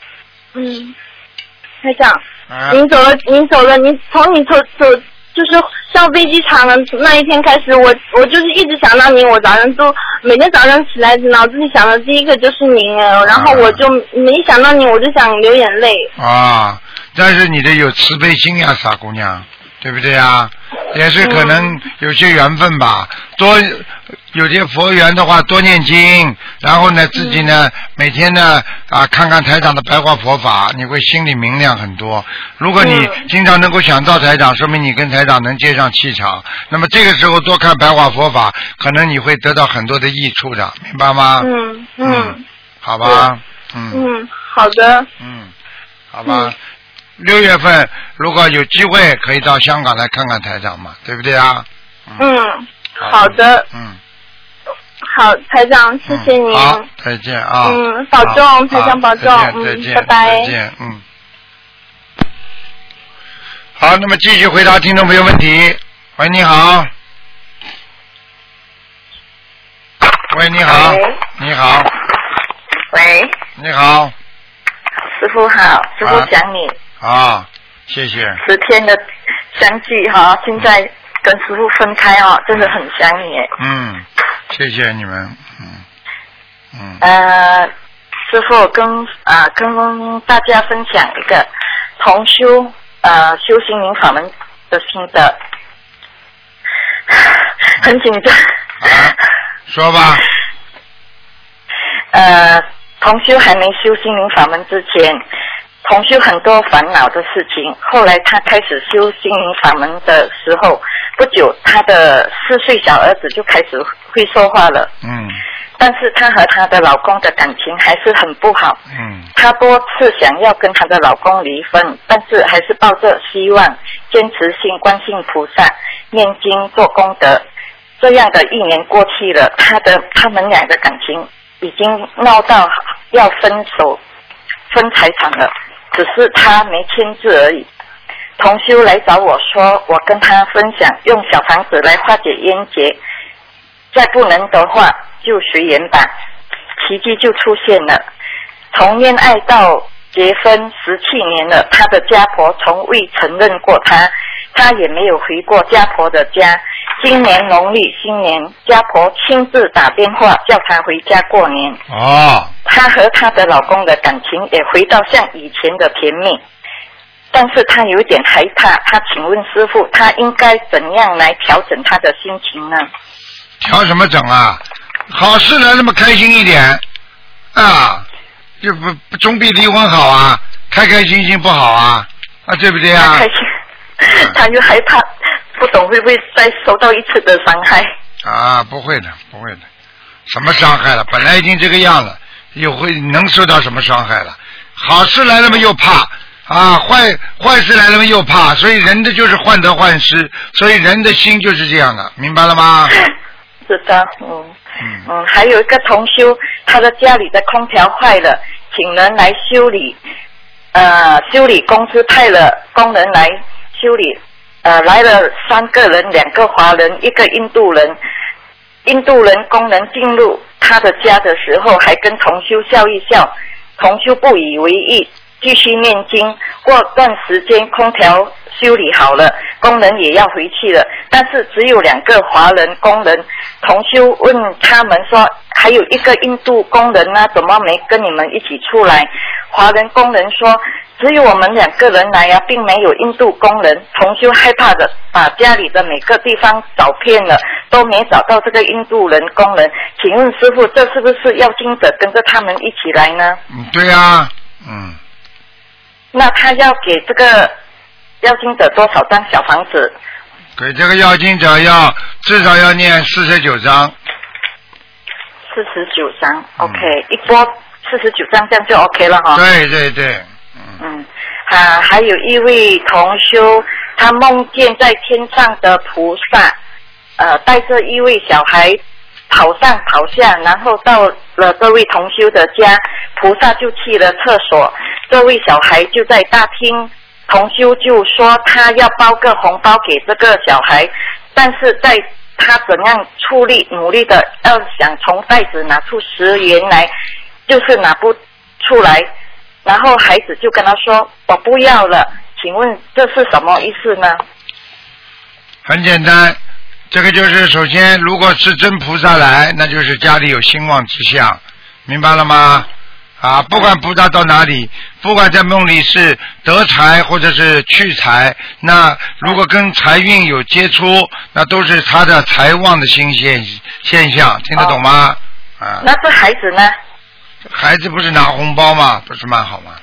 台长，您走了，您从你走。就是上飞机场的那一天开始，我就是一直想到您，我早上都每天早上起来脑子里想的第一个就是您，然后我就没想到您，我就想流眼泪。 但是你的有慈悲心呀，傻姑娘，对不对呀？也是可能有些缘分吧，多有些佛缘的话，多念经，然后呢，自己呢每天呢看看台长的白话佛法，你会心里明亮很多。如果你经常能够想到台长，说明你跟台长能接上气场，那么这个时候多看白话佛法，可能你会得到很多的益处的，明白吗？好吧。 好的。 好吧。6月份如果有机会可以到香港来看看台长嘛，对不对啊？ 好的。好，台长，谢谢您。 好，再见啊。 保重，台长保重。 再见， 拜拜。 再见。好，那么继续回答听众朋友问题。喂，你好。喂，你好。你好。 喂。 你好。 师傅好，师傅想你。 谢谢。 10天的相聚现在跟师傅分开真的很想你。 谢谢你们。 师傅跟大家分享一个同修修心灵法门的心得，很紧张。 说吧。 同修还没修心灵法门之前，同修很多烦恼的事情，后来他开始修心灵法门的时候，不久他的4岁小儿子就开始会说话了。但是她和她的老公的感情还是很不好。她多次想要跟她的老公离婚，但是还是抱着希望，坚持信观世音菩萨，念经做功德。这样的1年过去了，他们俩的感情已经闹到要分手分财产了，只是他没签字而已。同修来找我说，我跟他分享用小房子来化解冤结，再不能的话就随缘吧。奇迹就出现了，从恋爱到结婚17年了，他的家婆从未承认过他，他也没有回过家婆的家。今年农历新年，家婆亲自打电话叫他回家过年。她和她的老公的感情也回到像以前的甜蜜，但是她有点害怕。她请问师父，她应该怎样来调整她的心情呢？ 调什么整啊？好事来那么开心一点啊，就不总比离婚好啊，开开心心不好啊，对不对啊？ 开心，他又害怕，不懂会不会再受到一次的伤害？ 不会的，不会的，什么伤害了？本来已经这个样了，又会能受到什么伤害了？好事来了嘛又怕坏事来了嘛又怕，所以人的就是患得患失，所以人的心就是这样的，明白了吗？ 是的，还有一个同修，他的家里的空调坏了，请人来修理，修理公司派了工人来修理，来了3个人，2个华人，1个印度人。印度人工人进入他的家的时候，还跟同修笑一笑，同修不以为意，继续念经。过段时间空调修理好了，工人也要回去了，但是只有2个华人工人。同修问他们说，还有1个印度工人呢，怎么没跟你们一起出来？华人工人说，只有我们2个人来啊，并没有印度工人。同修害怕的把家里的每个地方找遍了，都没找到这个印度人工人。请问师父，这是不是要经者跟着他们一起来呢？ 对啊， 那他要给这个要经者多少张小房子？ 给这个要经者至少要念49张。 49张 ，OK， 一波49张，这样就 OK 了哈。 对对对， 还有一位同修，他梦见在天上的菩萨，带着一位小孩跑上跑下，然后到了这位同修的家，菩萨就去了厕所，这位小孩就在大厅，同修就说他要包个红包给这个小孩，但是在他怎样出力努力的要想从袋子拿出10元来，就是拿不出来，然后孩子就跟他说我不要了，请问这是什么意思呢？ 很简单，这个就是首先如果是真菩萨来，那就是家里有兴旺之象，明白了吗？不管菩萨到哪里，不管在梦里是得财或者是去财，那如果跟财运有接触，那都是他的财旺的现象，听得懂吗？ 那这孩子呢？ 孩子不是拿红包吗？不是蛮好吗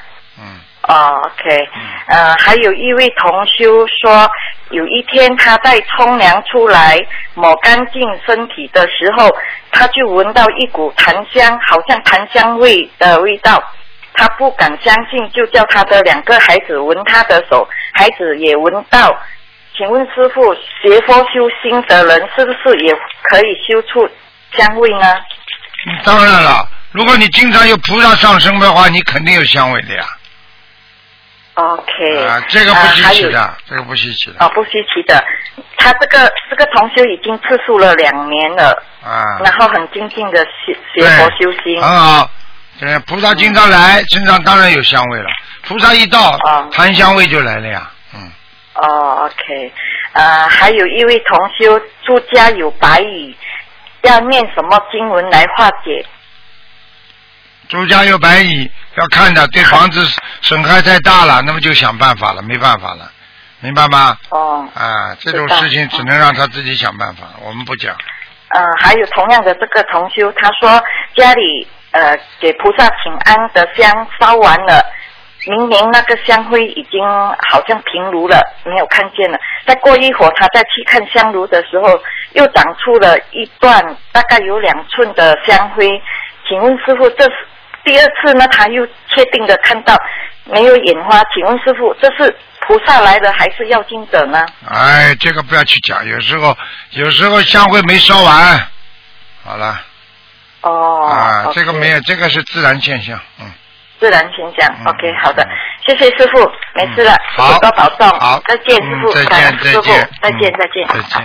？OK，还有一位同修说，有一天他在冲凉出来抹干净身体的时候，他就闻到一股檀香，好像檀香味的味道，他不敢相信，就叫他的2个孩子闻他的手，孩子也闻到。请问师父，学佛修心的人是不是也可以修出香味呢？ 当然了，如果你经常有菩萨上升的话，你肯定有香味的呀。 OK， 这个不稀奇的，这个不稀奇的。 不稀奇的。他这个同修已经吃素了2年了，然后很精进的学佛修心。 很好，菩萨经常来，身上当然有香味了。菩萨一到，檀香味就来了呀。 OK， 还有一位同修住家有白蚁，要念什么经文来化解？ 住家有白蚁，要看的，对房子损害太大了，那么就想办法了，没办法了，明白吗？这种事情只能让他自己想办法，我们不讲。 还有同样的这个同修，他说家里给菩萨请安的香烧完了，明明那个香灰已经好像平炉了，没有看见了。再过一会儿，他再去看香炉的时候，又长出了一段大概有2寸的香灰。请问师父，这是第2次呢？他又确定的看到没有眼花。请问师父，这是菩萨来的还是要经者呢？ 这个不要去讲，有时候香灰没烧完，好了。这个没有，这个是自然现象。 自然现象。OK， 好的，谢谢师傅，没事了， 好， 多保重。 好， 再见，师傅， 再见， 师傅，再见，再见。 再见。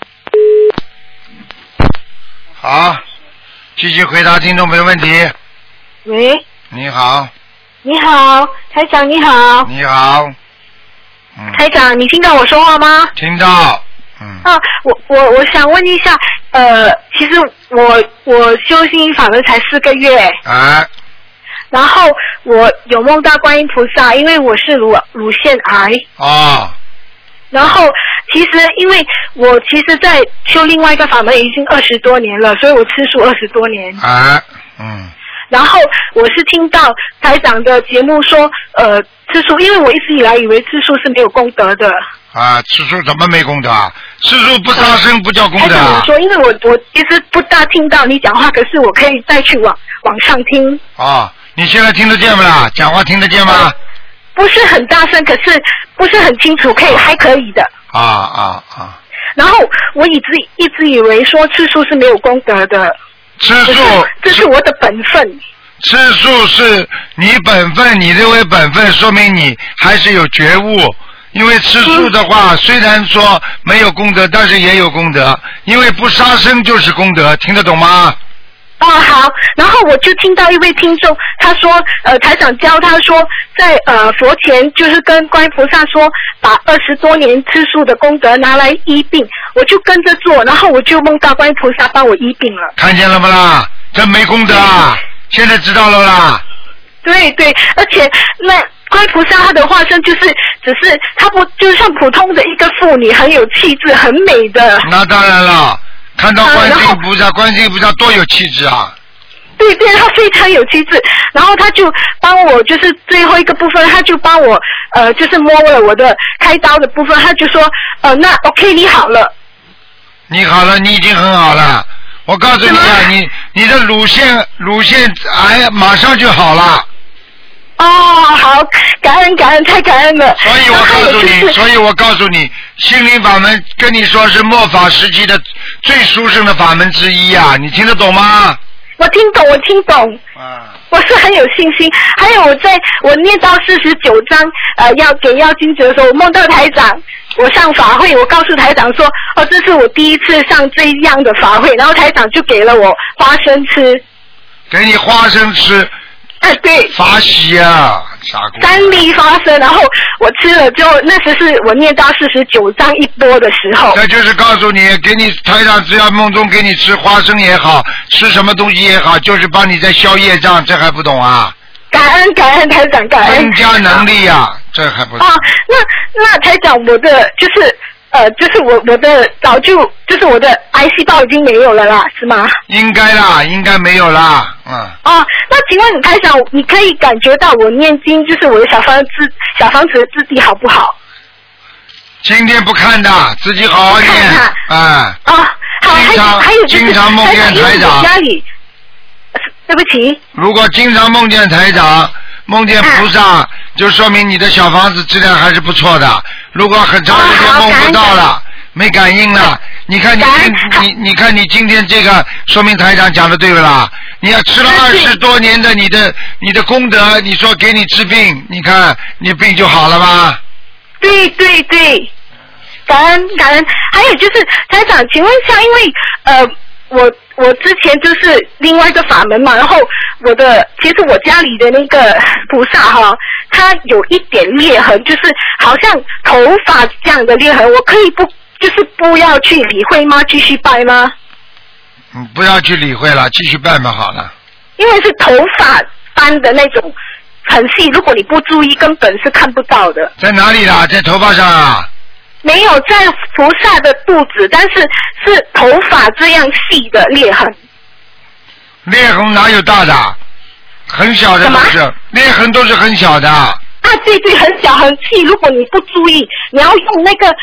好，继续回答听众朋友问题。 喂。 你好。 你好，台长你好。 你好。 台长，你听到我说话吗？ 听到。 我想问一下，其实我修心灵法门才4个月。然后我有梦到观音菩萨，因为我是乳腺癌。然后其实因为我在修另外一个法门已经20多年了，所以我吃素20多年。然后我是听到台长的节目说，吃素，因为我一直以来以为吃素是没有功德的。 吃素怎么没功德啊？吃素不杀生不叫功德啊？ 说，因为我其实不大听到你讲话，可是我可以再去往上听。 你现在听得见不啦？讲话听得见吗？ 不是很大声，可是不是很清楚，还可以的。然后我一直以为说吃素是没有功德的。 吃素， 这是我的本分。 吃素是你本分，你认为本分，说明你还是有觉悟。因为吃素的话，虽然说没有功德，但是也有功德，因为不杀生就是功德，听得懂吗？ 好，然后我就听到一位听众，他说，台长教他说，在佛前就是跟观音菩萨说，把20多年吃素的功德拿来医病，我就跟着做，然后我就梦到观音菩萨帮我医病了。 看见了不啦？这没功德啊！现在知道了啦。 对，而且那观音菩萨她的化身只是她不就像普通的一个妇女，很有气质，很美的。 那当然了。看到观世音菩萨，观世音菩萨多有气质啊！ 对，他非常有气质。然后他就帮我，就是最后一个部分，他就帮我就是摸了我的开刀的部分，他就说那 OK 你好了。 你好了，你已经很好了。我告诉你啊，你的乳腺癌马上就好了。 好，感恩，太感恩了。 所以我告诉你，心灵法门跟你说是末法时期的最殊胜的法门之一啊，你听得懂吗？ 我听懂。我是很有信心。还有我念到49章要给要经者的时候，我梦到台长，我上法会，我告诉台长说，这是我第一次上这样的法会，然后台长就给了我花生吃。 给你花生吃。 对， 法喜啊 ，3粒花生，然后我吃了之后，那时是我念到49章一波的时候。 这就是告诉你，给你台长只要梦中给你吃花生也好，吃什么东西也好，就是帮你在消业障，这还不懂啊？ 感恩台长，感恩。 增加能力啊，这还不懂。 那台长，我的就是我的早就是我的癌细胞已经没有了啦，是吗？ 应该没有啦， 那请问台长，你可以感觉到我念经，就是我的小房子的质地好不好？ 今天不看的，自己好好念。 好，还有就是经常梦见台长。 家里，对不起。 如果经常梦见台长，梦见菩萨，就说明你的小房子质量还是不错的。如果很长时间梦不到了，没感应了，你看你今天这个，说明台长讲的对不啦？你要吃了20多年的你的功德，你说给你治病，你看你病就好了吧？ 对，感恩。还有就是台长，请问一下，因为我之前就是另外一个法门嘛，然后其实我家里的那个菩萨它有一点裂痕，就是好像头发这样的裂痕，我可以不要去理会吗？继续拜吗？ 不要去理会了，继续拜嘛好了。 因为是头发斑的那种很细，如果你不注意根本是看不到的。 在哪里啦？在头发上啊？ 没有，在菩萨的肚子，但是是头发这样细的裂痕。 裂痕哪有大的？很小的都是，裂痕都是很小的。 对，很小很细，如果你不注意，你要用那个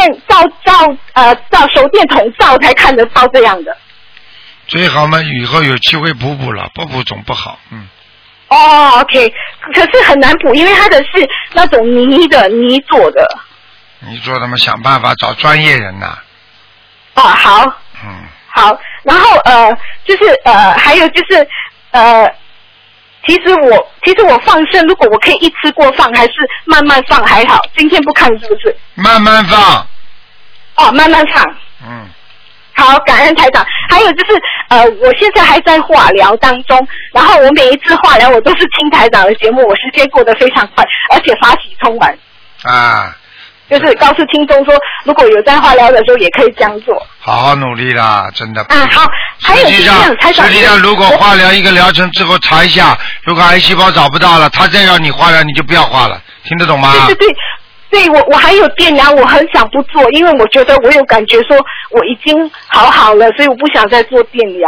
照手电筒照才看得到这样的。 最好嘛，以后有机会补了，不补总不好。 OK， 可是很难补，因为它的是那种泥做的。 你做他们想办法找专业人呐。 好。好，然后就是还有就是其实我放生，如果我可以一次过放，还是慢慢放还好。今天不看是不是？ 慢慢放。 哦，慢慢放。 嗯。 好，感恩台长。还有就是我现在还在化疗当中，然后我每一次化疗我都是听台长的节目，我时间过得非常快，而且法喜充满。 啊。 就是告诉听众说，如果有在化疗的时候，也可以这样做。 好好努力啦，真的。 好。还有就是实际上，如果化疗一个疗程之后查一下，如果癌细胞找不到了，他再让你化疗，你就不要化了，听得懂吗？ 对，我还有电疗，我很想不做，因为我觉得我有感觉说我已经好了，所以我不想再做电疗。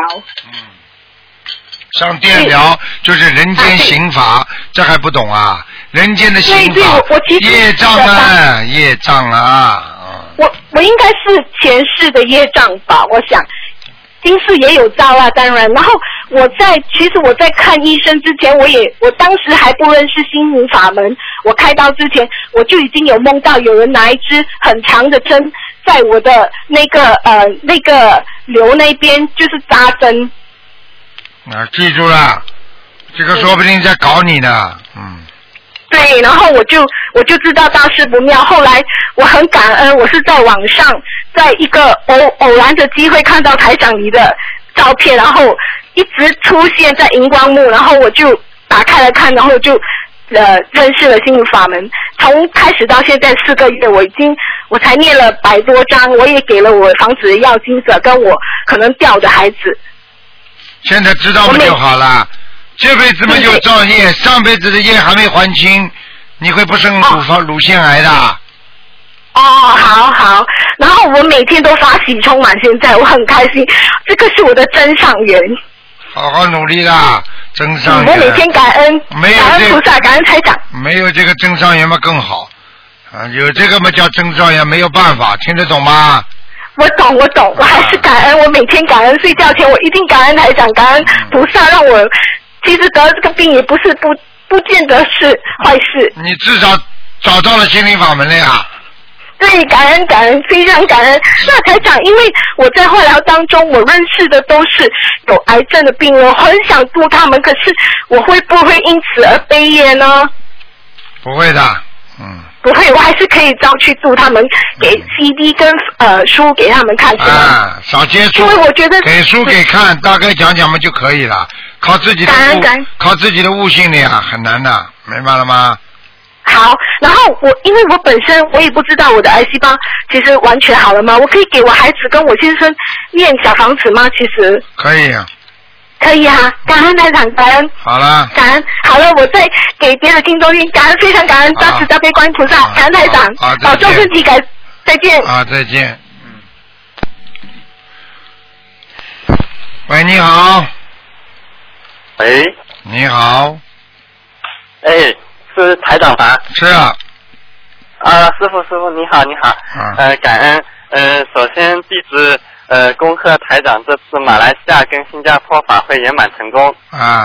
上电疗就是人间刑法，这还不懂啊？人间的刑法，业障啊！ 我应该是前世的业障吧，我想。今世也有招啊，当然。然后其实我在看医生之前，我当时还不认识心灵法门。我开刀之前，我就已经有梦到有人拿一支很长的针在我的那个瘤那边，就是扎针。 记住了，这个说不定在搞你呢。 对，然后我就知道大事不妙。后来我很感恩，我是在网上，在一个偶然的机会看到台长你的照片，然后一直出现在荧光幕，然后我就打开来看，然后就认识了心灵法门。从开始到现在4个月，我才念了100多章，我也给了我房子的要金者跟我可能掉的孩子。 现在知道不就好了？这辈子嘛就造业，上辈子的业还没还清，你会不生乳腺癌的。 好。然后我每天都发喜充满，现在我很开心，这个是我的真上缘。 好好努力啦，真上缘。 我每天感恩，感恩菩萨，感恩台长。 没有这个真上缘嘛更好啊，有这个嘛叫真上缘，没有办法，听得懂吗？ 我懂，我还是感恩，我每天感恩，睡觉前我一定感恩台长，感恩菩萨，让我其实得这个病也不是不见得是坏事。 你至少找到了心灵法门了呀。 对，感恩，非常感恩。那台长，因为我在化疗当中，我认识的都是有癌症的病人，我很想度他们，可是我会不会因此而悲业呢？ 不会的， 不会，我还是可以照去度他们，给 CD 跟书给他们看，是吗？ 少接触， 因为我觉得给书给看，大概讲嘛就可以了，靠自己的悟性的呀，很难的，明白了吗？ 好，然后因为我本身我也不知道我的癌细胞其实完全好了吗？我可以给我孩子跟我先生念小房子吗？其实可以啊。 可以啊，感恩台长，感恩。 好了。 感恩，好了，我再给别的听众听，感恩，非常感恩，大慈大悲观音菩萨，感恩台长，保重身体，再见。 再见。喂，你好。 喂。 你好。 是台长吧？ 是啊。 师傅你好。感恩。首先弟子恭贺台长这次马来西亚跟新加坡法会圆满成功。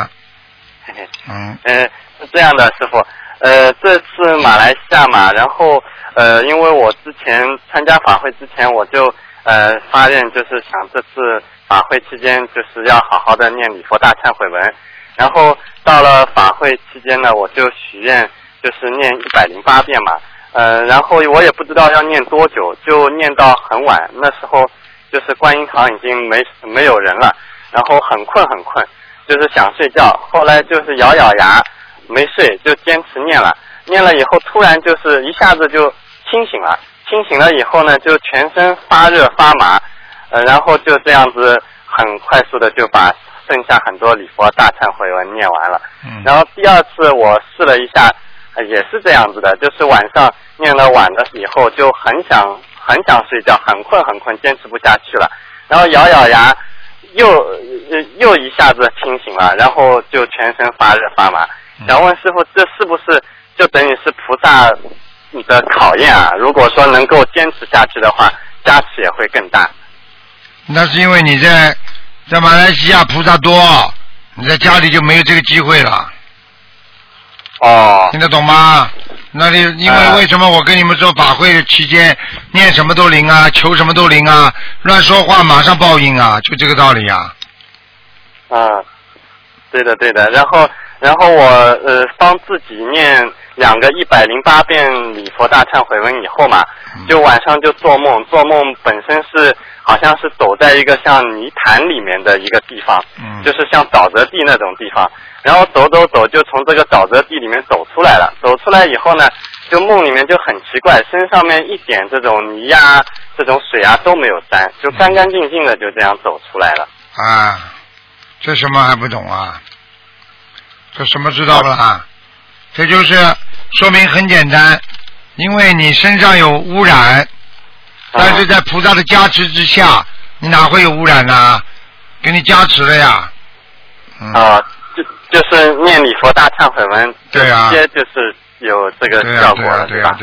是这样的，师傅。这次马来西亚嘛，然后因为我之前参加法会之前，我就发愿就是想这次法会期间就是要好好的念礼佛大忏悔文，然后到了法会期间呢，我就许愿就是念108遍嘛。然后我也不知道要念多久，就念到很晚，那时候就是观音堂已经没有人了，然后很困，就是想睡觉，后来就是咬牙没睡，就坚持念了以后突然就是一下子就清醒了以后呢，就全身发热发麻，然后就这样子很快速的就把剩下很多礼佛大忏悔文念完了。然后第二次我试了一下，也是这样子的，就是晚上念了晚了以后就很想睡觉，很困，坚持不下去了，然后咬牙又一下子清醒了，然后就全身发热发麻。想问师傅，这是不是就等于是菩萨的考验啊？如果说能够坚持下去的话，加持也会更大。 那是因为你在马来西亚菩萨多，你在家里就没有这个机会了。听得懂吗？那里因为为什么我跟你们说法会期间念什么都灵啊，求什么都灵啊，乱说话马上报应啊，就这个道理啊。 对的。然后然后我帮自己念2个108遍礼佛大忏悔文以后嘛，就晚上就做梦，做梦本身是好像是走在一个像泥潭里面的一个地方，就是像沼泽地那种地方，然后走就从这个沼泽地里面走出来了，走出来以后呢，就梦里面就很奇怪，身上面一点这种泥啊这种水啊都没有沾，就干干净净的就这样走出来了。 啊，这什么还不懂啊？这什么知道不啦？这就是说明很简单，因为你身上有污染，但是在菩萨的加持之下，你哪会有污染呢？给你加持了呀。 就是念礼佛大忏悔文， 对啊， 直接就是有这个效果了， 对啊。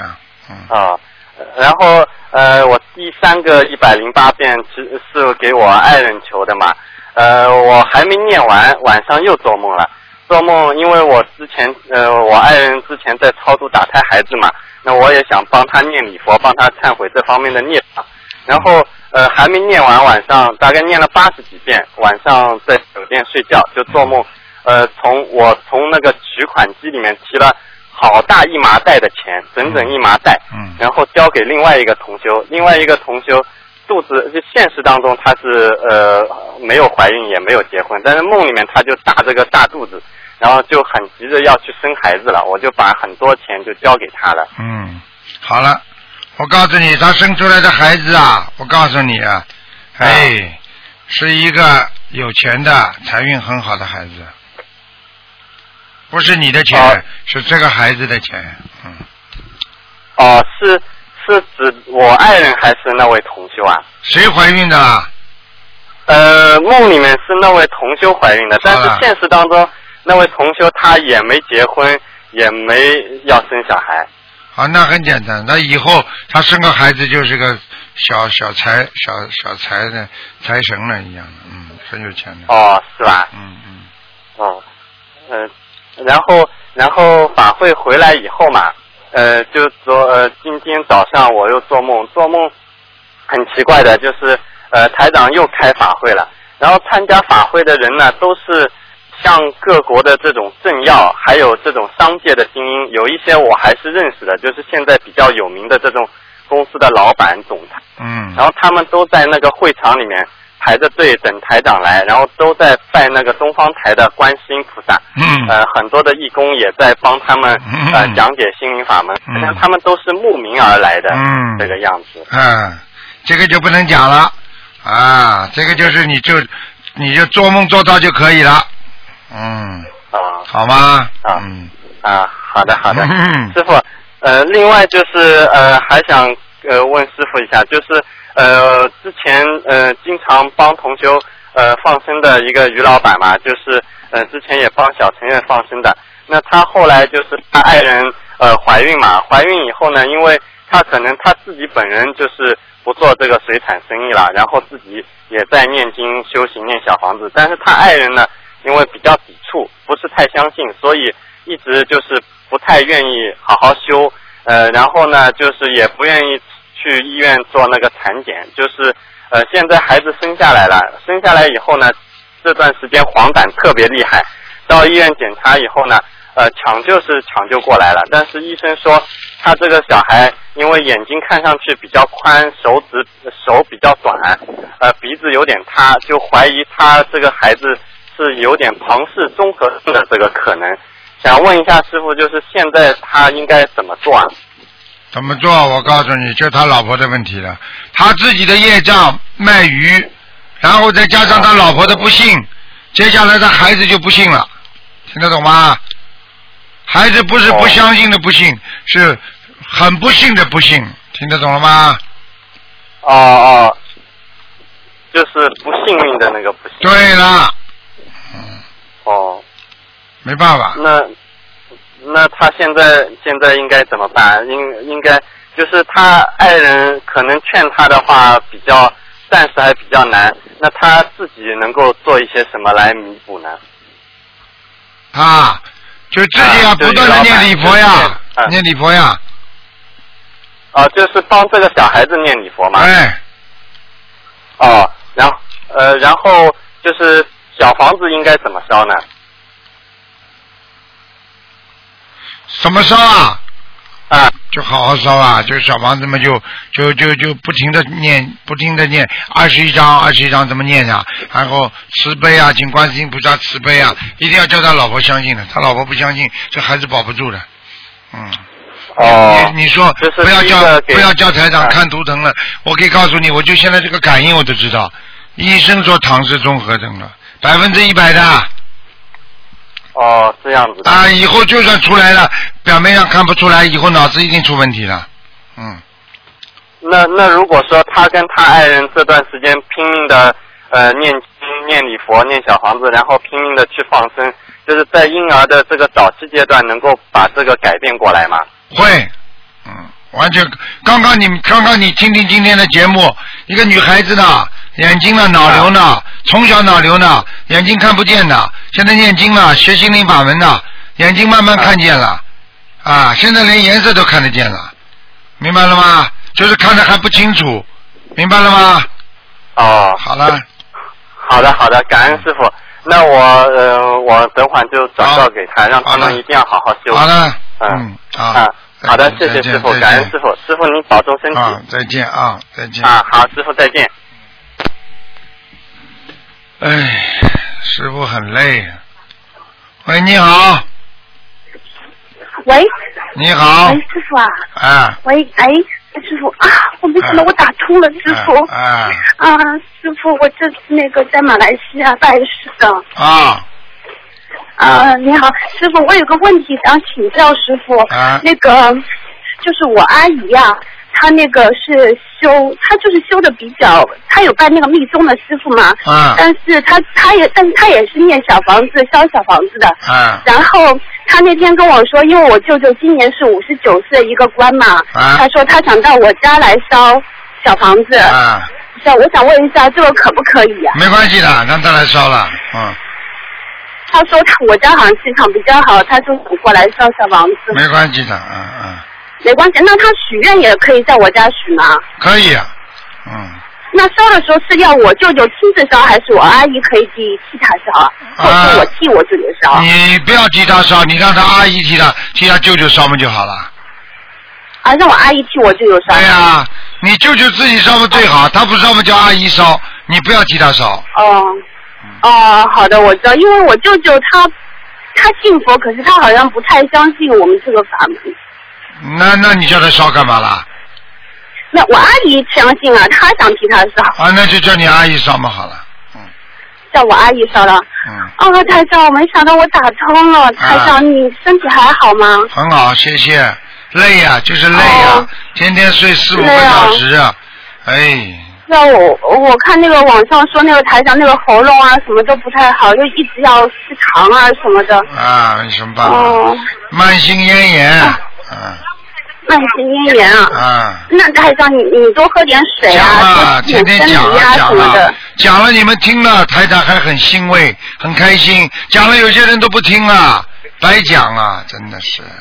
然后我第3个108遍是给我爱人求的嘛，我还没念完，晚上又做梦了。做梦，因为我之前我爱人之前在超度打胎孩子嘛，那我也想帮他念礼佛，帮他忏悔这方面的孽障。然后还没念完，晚上大概念了80几遍，晚上在酒店睡觉就做梦，从那个取款机里面提了好大一麻袋的钱，整整一麻袋，然后交给另外一个同修，另外一个同修肚子就现实当中他是没有怀孕也没有结婚，但是梦里面他就大这个大肚子，然后就很急着要去生孩子了，我就把很多钱就交给他了。 好了，我告诉你，他生出来的孩子啊，我告诉你啊，是一个有钱的财运很好的孩子，不是你的钱，是这个孩子的钱。 是指我爱人还是那位同修啊？ 谁怀孕的啦？ 梦里面是那位同修怀孕的，但是现实当中那位同修他也没结婚，也没要生小孩。 好，那很简单，那以后他生个孩子就是个小财的财神了一样的，很有钱的。 是吧？然后法会回来以后嘛。今天早上我又做梦很奇怪的，就是台长又开法会了，然后参加法会的人呢都是像各国的这种政要，还有这种商界的精英，有一些我还是认识的，就是现在比较有名的这种公司的老板总裁，然后他们都在那个会场里面排着队等台长来，然后都在拜那个东方台的观世音菩萨，很多的义工也在帮他们讲解心灵法门，他们都是慕名而来的，这个样子。 这个就不能讲了这个就是你就做梦做到就可以了，好吗？ 好的，师父，另外就是还想问师父一下，就是之前经常帮同修放生的一个于老板嘛，就是之前也帮小成员放生的。那他后来就是他爱人怀孕嘛，怀孕以后呢，因为他可能他自己本人就是不做这个水产生意了，然后自己也在念经修行念小房子，但是他爱人呢，因为比较抵触，不是太相信，所以一直就是不太愿意好好修，然后呢，就是也不愿意去医院做那个产检，就是现在孩子生下来了，生下来以后呢，这段时间黄疸特别厉害，到医院检查以后呢，抢救是抢救过来了，但是医生说他这个小孩因为眼睛看上去比较宽，手比较短，鼻子有点塌，就怀疑他这个孩子是有点庞氏综合症的这个可能。想问一下师父，就是现在他应该怎么做啊？ 怎么做？我告诉你，就他老婆的问题了。他自己的业障卖鱼，然后再加上他老婆的不幸，接下来他孩子就不幸了，听得懂吗？孩子不是不相信的不幸，是很不幸的不幸，听得懂了吗？ 就是不幸运的那个不幸。 对了。没办法。 那他现在应该怎么办？应该就是他爱人可能劝他的话暂时还比较难，那他自己能够做一些什么来弥补呢？ 就自己不断的念礼佛呀，念礼佛呀。 就是帮这个小孩子念礼佛嘛。然后就是小房子应该怎么烧呢？ 怎么烧啊？ 啊， 就好好烧啊！就小房子嘛，就不停的念，21章怎么念啊？然后慈悲啊，请观世音菩萨慈悲啊，一定要叫他老婆相信的，他老婆不相信，这孩子保不住的。你说不要叫台长看图腾了，我可以告诉你，我就现在这个感应我都知道，医生说唐氏综合症了，100%的。 哦，这样子的啊！以后就算出来了，表面上看不出来，以后脑子一定出问题了。 那如果说他跟他爱人这段时间拼命的念经、念礼佛、念小房子，然后拼命的去放生，就是在婴儿的这个早期阶段，能够把这个改变过来吗？ 会，完全。刚刚你听今天的节目，一个女孩子呢，眼睛呢脑瘤呢，从小脑瘤呢，眼睛看不见的，现在念经了，学心灵法门的，眼睛慢慢看见了，现在连颜色都看得见了，明白了吗？就是看得还不清楚，明白了吗？ 哦， 好了。 好的，感恩师傅。那我等会儿就转告给他，让他们一定要好好修。 好的， 好的，谢谢师傅，感恩师傅，师傅您保重身体。 再见啊，再见。 好，师傅再见。 师傅很累。喂，你好。 喂。 你好。 喂，师傅啊。喂，师傅啊，我没想到我打通了，师傅。师傅，我这次在马来西亚拜师的。你好，师傅，我有个问题想请教师傅。就是我阿姨呀，她是她就是修的比较，她有拜密宗的师傅嘛。但是她也是念小房子烧小房子的。然后她那天跟我说，因为我舅舅今年是59岁一个官嘛，她说她想到我家来烧小房子。我想问一下，这个可不可以啊？ 没关系的，让他来烧了。 他说我家好像气场比较好，他就想过来烧小房子。 没关系的， 没关系，那他许愿也可以在我家许吗？ 可以啊， 那烧的时候是要我舅舅亲自烧，还是我阿姨可以替他烧啊？或者是我替我舅舅烧？ 你不要替他烧，你让他阿姨替他舅舅烧嘛就好了。 让我阿姨替我舅舅烧。 对呀，你舅舅自己烧嘛最好，他不烧嘛叫阿姨烧，你不要替他烧。 好的，我知道，因为我舅舅他信佛，可是他好像不太相信我们这个法门。 那你叫他烧干嘛啦？ 那我阿姨相信啊，她想替他烧。 那就叫你阿姨烧嘛好了。 叫我阿姨烧了。台长，我没想到我打通了。台长，你身体还好吗？ 很好，谢谢。累呀，就是累呀，天天睡4-5个小时啊， 那我看网上说台长喉咙啊什么都不太好，就一直要吃糖啊什么的。 有什么办法？慢性咽炎。 慢性咽炎啊。那台长你多喝点水啊， 天天讲了，你们听了，台长还很欣慰，很开心。讲了，有些人都不听啊，白讲啊，真的是，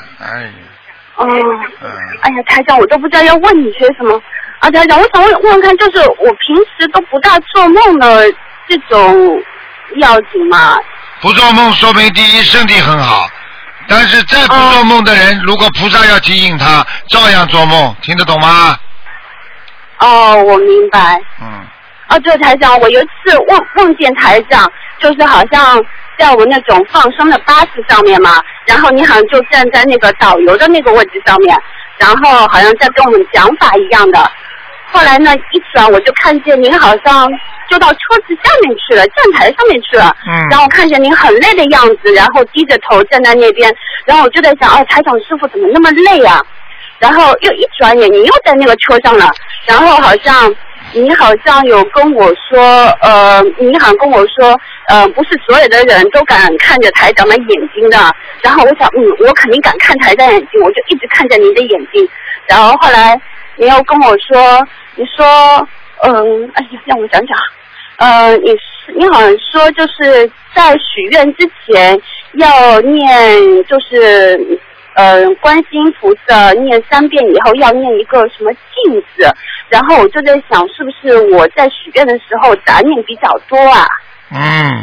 台长，我都不知道要问你些什么。台长，我想问看，就是我平时都不大做梦的这种要紧吗？ 不做梦说明第一身体很好，但是再不做梦的人，如果菩萨要提醒他，照样做梦，听得懂吗？ 我明白。对，台长，我有一次梦见台长，就是好像在我那种放生的巴士上面嘛，然后你好像就站在导游的位置上面，然后好像在跟我们讲法一样的。后来呢，一转我就看见您好像就到车子下面去了，站台上面去了。然后我看见您很累的样子，然后低着头站在那边，然后我就在想，台长师傅怎么那么累啊？然后又一转眼，您又在车上了，然后你好像有跟我说，你好像跟我说，不是所有的人都敢看着台长的眼睛的。然后我想，我肯定敢看台长眼睛，我就一直看着您的眼睛。然后后来你又跟我说，你说，让我想想，你好像说就是在许愿之前要念，就是观世音菩萨念3遍以后要念一个什么镜子，然后我就在想，是不是我在许愿的时候杂念比较多啊？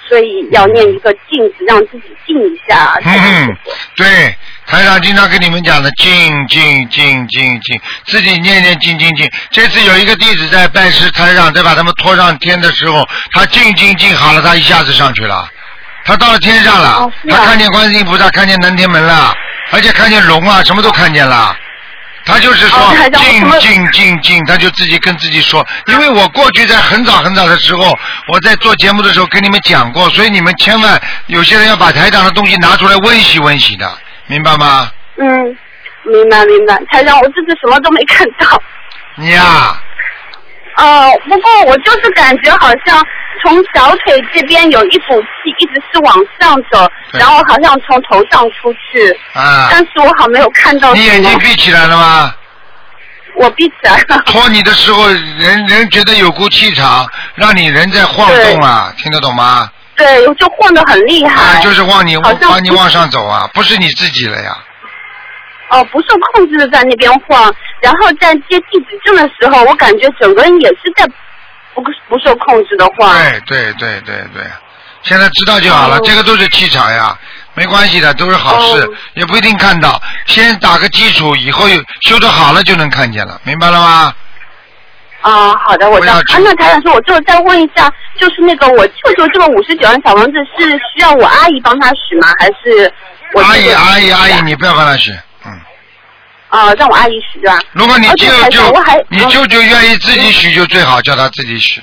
所以要念一个静字，让自己静一下。 对，台长经常跟你们讲的静静静静静，自己念念静静静。这次有一个弟子在拜师，台长在把他们拖上天的时候，他静静静好了，他一下子上去了，他到了天上了，他看见观世音菩萨，看见南天门了，而且看见龙啊，什么都看见了。他就是说静静静静，他就自己跟自己说，因为我过去在很早很早的时候，我在做节目的时候跟你们讲过，所以你们千万有些人要把台长的东西拿出来温习温习的，明白吗？ 明白。台长，我这次什么都没看到。 你呀？ 不过我就是感觉好像从小腿这边有一股气一直是往上走，然后好像从头上出去。但是我好没有看到。 你眼睛闭起来了吗？ 我闭起来了。 拖你的时候，人觉得有股气场，让你人在晃动啊，听得懂吗？ 对，就晃得很厉害。 就是把你往上走啊，不是你自己了呀。 不受控制的在那边晃，然后在接弟子证的时候，我感觉整个人也是在不受控制的晃。 对，现在知道就好了，这个都是气场呀，没关系的，都是好事，也不一定看到。先打个基础，以后修得好了就能看见了，明白了吗？ 好的，我知道。那台长说，我最后再问一下，就是那个我舅舅这个59张小房子是需要我阿姨帮他许吗？还是我阿姨，你不要帮他许。 让我阿姨许对吧？ 如果你舅舅愿意自己许就最好，叫他自己许。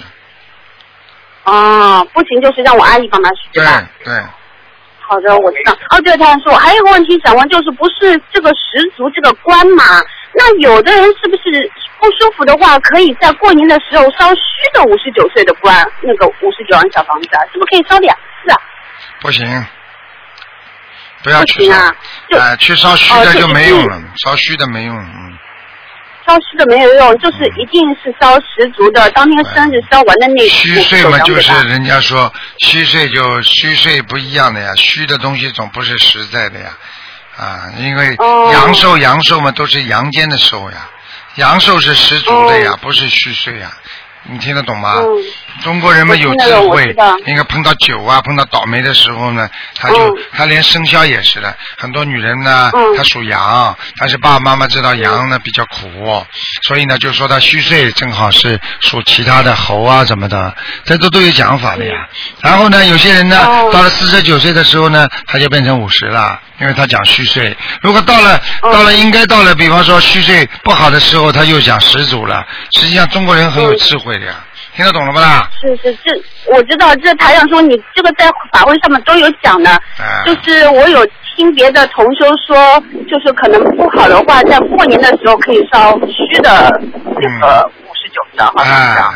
不行就是让我阿姨帮他许对吧？ 对。 好的，我知道。对，台长说，我还有个问题想问，就是不是这个十足这个关嘛？那有的人是不是不舒服的话，可以在过年的时候烧虚的59岁的关，那个59张小房子是不是可以烧2次啊？ 不行。不要去烧，去烧虚的就没用了，烧虚的没用。 烧虚的没有用，就是一定是烧十足的，当天生日烧完的那虚岁嘛，就是人家说虚岁就虚岁不一样的呀，虚的东西总不是实在的呀，因为阳寿嘛都是阳间的寿呀，阳寿是十足的呀，不是虚岁呀。你听得懂吗？中国人们有智慧，应该碰到酒啊，碰到倒霉的时候呢，他连生肖也是的。很多女人呢，她属羊，但是爸爸妈妈知道羊呢比较苦，所以呢就说她虚岁正好是属其他的猴啊什么的，这都有讲法的呀。然后呢，有些人呢到了49岁的时候呢，他就变成50了，因为他讲虚岁。如果到了应该到了，比方说虚岁不好的时候，他又讲十足了。实际上中国人很有智慧的呀。听得懂了不啦？ 是，这我知道。这台长说你这个在法会上面都有讲的，就是我有听别的同修说，就是可能不好的话，在过年的时候可以烧虚的这个59张，好像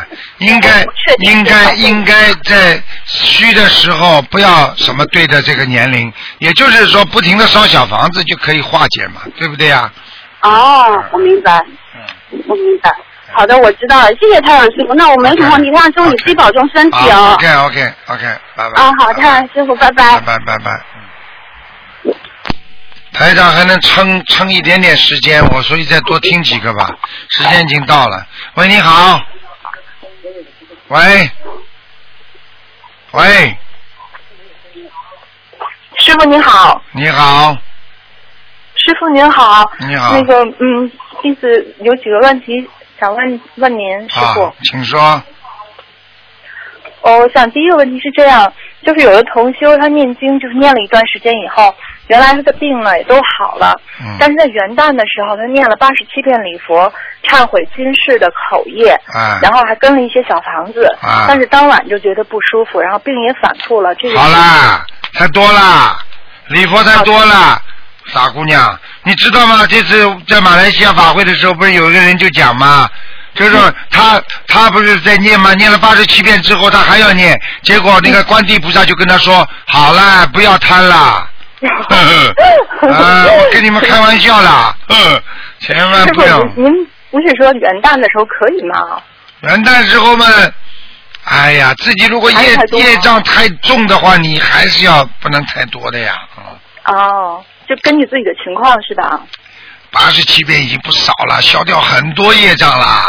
应该在虚的时候不要什么对着这个年龄，也就是说不停的烧小房子就可以化解嘛，对不对呀？ 我明白，我明白。好的，我知道了，谢谢台长师傅。那我没什么问题，台长师傅你自己保重身体哦。 OK， 拜拜。 好，台长师傅，拜拜。 拜拜。台长还能撑一点点时间，我所以再多听几个吧。时间已经到了。喂，你好。喂。 师傅你好。 你好。 师傅您好。 你好。 那个弟子有几个问题想问您，师傅。 请说。 我想第一个问题是这样，就是有的同修他念经，就是念了一段时间以后，原来他的病呢也都好了，但是在元旦的时候，他念了87遍礼佛，忏悔今世的口业，然后还跟了一些小房子，但是当晚就觉得不舒服，然后病也反复了。这个好啦，太多了，礼佛太多了。傻姑娘，你知道吗？这次在马来西亚法会的时候，不是有一个人就讲吗？就是说他不是在念吗？念了87遍之后，他还要念，结果那个观地菩萨就跟他说：“好了，不要贪了。”我跟你们开玩笑啦，千万不要。 您不是说元旦的时候可以吗？ 元旦时候嘛，哎呀，自己如果业障太重的话，你还是要不能太多的呀。 就根据自己的情况是的。 87遍已经不少了，消掉很多业障啦。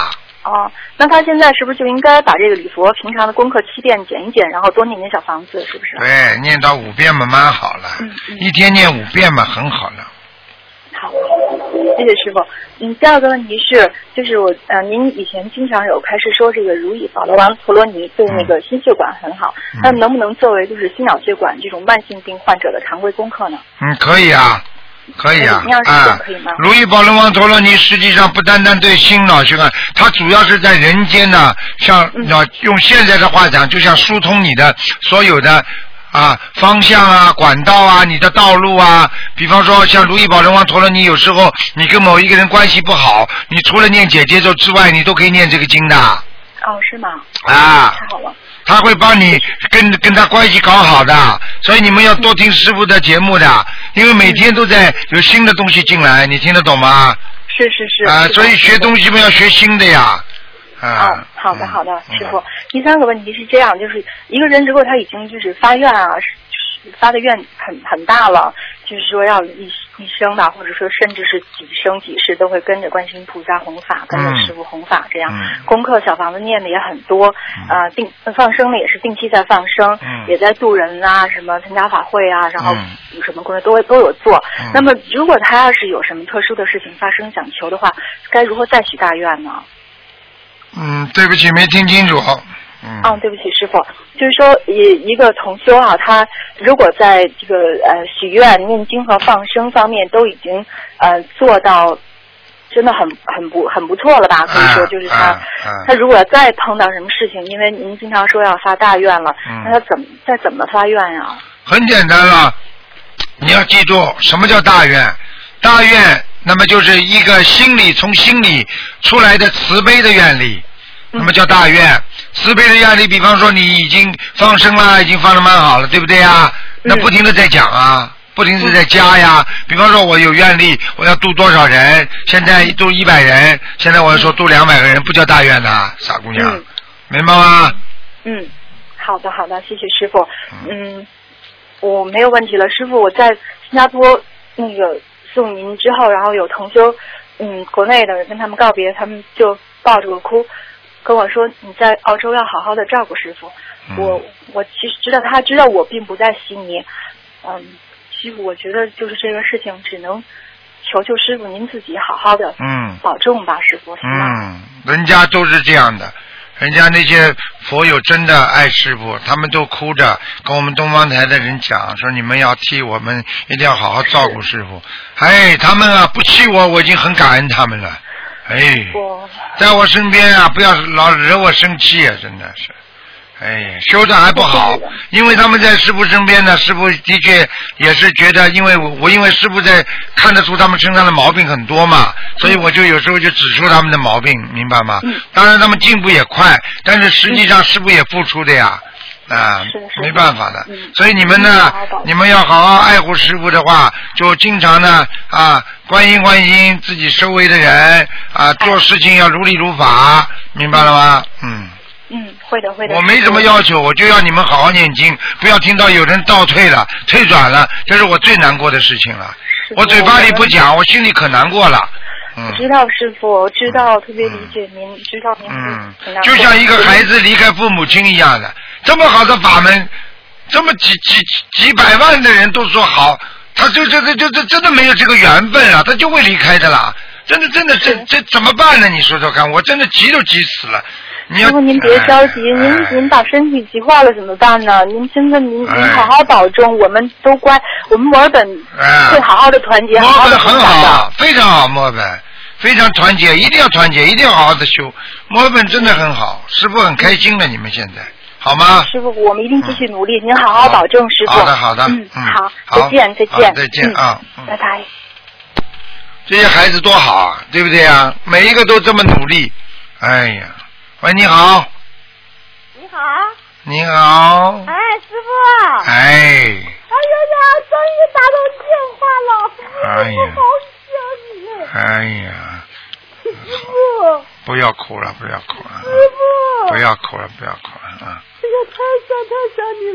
哦，那他现在是不是就应该把这个礼佛平常的功课7遍减一减，然后多念点小房子，是不是？ 对，念到5遍嘛，蛮好了。一天念5遍嘛，很好了。 好，谢谢师傅。第二个问题是，就是您以前经常有开始说这个如意宝罗王陀罗尼对那个心血管很好，那能不能作为就是心脑血管这种慢性病患者的常规功课呢？ 可以啊。可以啊， 可以吗？ 如意宝轮王陀罗尼实际上不单单对心脑血管，它主要是在人间呢，像用现在的话讲，就像疏通你的所有的方向啊、管道啊、你的道路啊。比方说像如意宝轮王陀罗尼，有时候你跟某一个人关系不好，你除了念姐姐咒之外，你都可以念这个经的。 哦，是吗？ 太好了。 他会帮你跟他关系搞好的，所以你们要多听师傅的节目的，因为每天都在有新的东西进来，你听得懂吗？ 是。 所以学东西们要学新的呀。 好的，师傅。第三个问题是这样，就是一个人如果他已经就是发愿啊，发的愿很大了，就是说要一生吧，或者说甚至是几生几世都会跟着观世音菩萨弘法，跟着师父弘法，这样功课小房子念的也很多，放生呢也是定期在放生，也在度人啊，什么参加法会啊，然后有什么功课都有做。那么如果他要是有什么特殊的事情发生想求的话，该如何再许大愿呢？ 对不起，没听清楚。 对不起，师傅，就是说一个同修啊，他如果在这个许愿、念经和放生方面都已经做到真的很不错了吧？可以说就是他如果再碰到什么事情，因为您经常说要发大愿了，那他怎么发愿呀？ 很简单了，你要记住什么叫大愿？大愿那么就是一个从心里出来的慈悲的愿力，那么叫大愿。慈悲的愿力，比方说你已经放生了，已经放得蛮好了，对不对呀？那不停的在讲啊，不停的在加呀。比方说我有愿力，我要度多少人，现在度100人，现在我要说度200个人，不叫大愿的，傻姑娘，明白吗？ 好的，谢谢师傅。我没有问题了，师傅，我在新加坡那个送您之后，然后有同修，国内的人跟他们告别，他们就抱着我哭。跟我说你在澳洲要好好的照顾师傅，我其实他知道我并不在悉尼，师傅，我觉得就是这个事情只能求师傅您自己好好的保重吧，师傅。 人家都是这样的，人家那些佛友真的爱师傅，他们都哭着跟我们东方台的人讲说，你们要替我们一定要好好照顾师傅。他们不气我已经很感恩他们了。在我身边不要老惹我生气真的是。修的还不好，因为他们在师父身边呢，师父的确也是觉得，因为师父在看得出他们身上的毛病很多嘛，所以我就有时候就指出他们的毛病，明白吗？当然他们进步也快，但是实际上师父也付出的呀。没办法的，所以你们呢，你们要好好爱护师父的话，就经常呢关心自己周围的人做事情要如理如法，明白了吗？ 会的。 我没什么要求，我就要你们好好念经，不要听到有人倒退了、退转了，这是我最难过的事情了。我嘴巴里不讲，我心里可难过了。 我知道师父，我知道，特别理解您，知道您很难过。 就像一个孩子离开父母亲一样的，这么好的法门，这么几百万的人都说好，他就真的没有这个缘分了，他就会离开的啦。真的这怎么办呢？你说说看，我真的急都急死了。 师傅您别着急，您把身体急坏了怎么办呢？您真的您好好保重，我们都乖，我们墨尔本会好好的团结， 墨尔本很好，非常好，墨尔本非常团结，一定要团结，一定要好好的修。墨尔本真的很好，师傅很开心的，你们现在好吗？ 师傅，我们一定继续努力，您好好保重，师傅。 好的， 好，再见。 再见拜拜。 这些孩子多好啊，对不对啊？每一个都这么努力，哎呀。喂，你好。 你好。 你好。 师傅。终于打通电话了。我好想你。师傅。 不要哭了。 师傅。 不要哭了。 太想你了。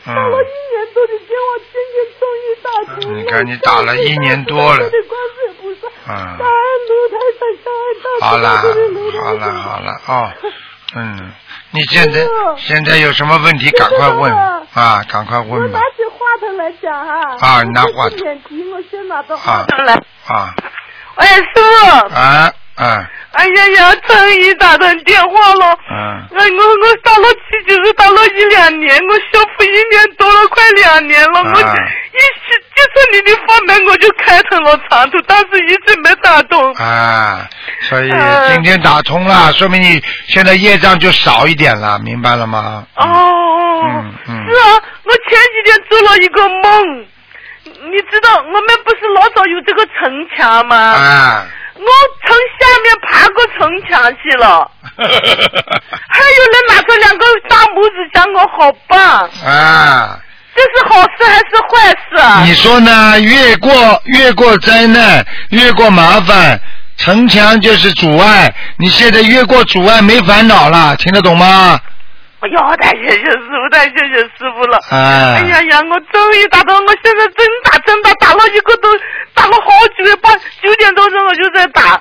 打了1年多的电话，今天终于打通了。 你看你打了1年多了。好了哦，你现在有什么问题赶快问啊，赶快问吧。 我拿起话筒来讲哈。 啊，拿话筒。 我先拿到话筒来。 啊。 喂，师傅。 哎呀，终于打通电话了。我打了就是打了1-2年，我修复1年多了，快2年了。我接触你的法门，我就开通了长途，但是一直没打通。 所以今天打通了，说明你现在业障就少一点了，明白了吗？ 是啊，我前几天做了一个梦，你知道我们不是老早有这个城墙吗？我从下面爬过城墙去了，还有人拿出2个大拇指讲我好棒这是好事还是坏事啊？ 你说呢？越过灾难，越过麻烦，城墙就是阻碍。你现在越过阻碍，没烦恼了，听得懂吗？ 哎呦，太谢谢师傅，太谢谢师傅了！哎呀，我终于打到，我现在真打了一个都打了好久，9点多钟我就在打。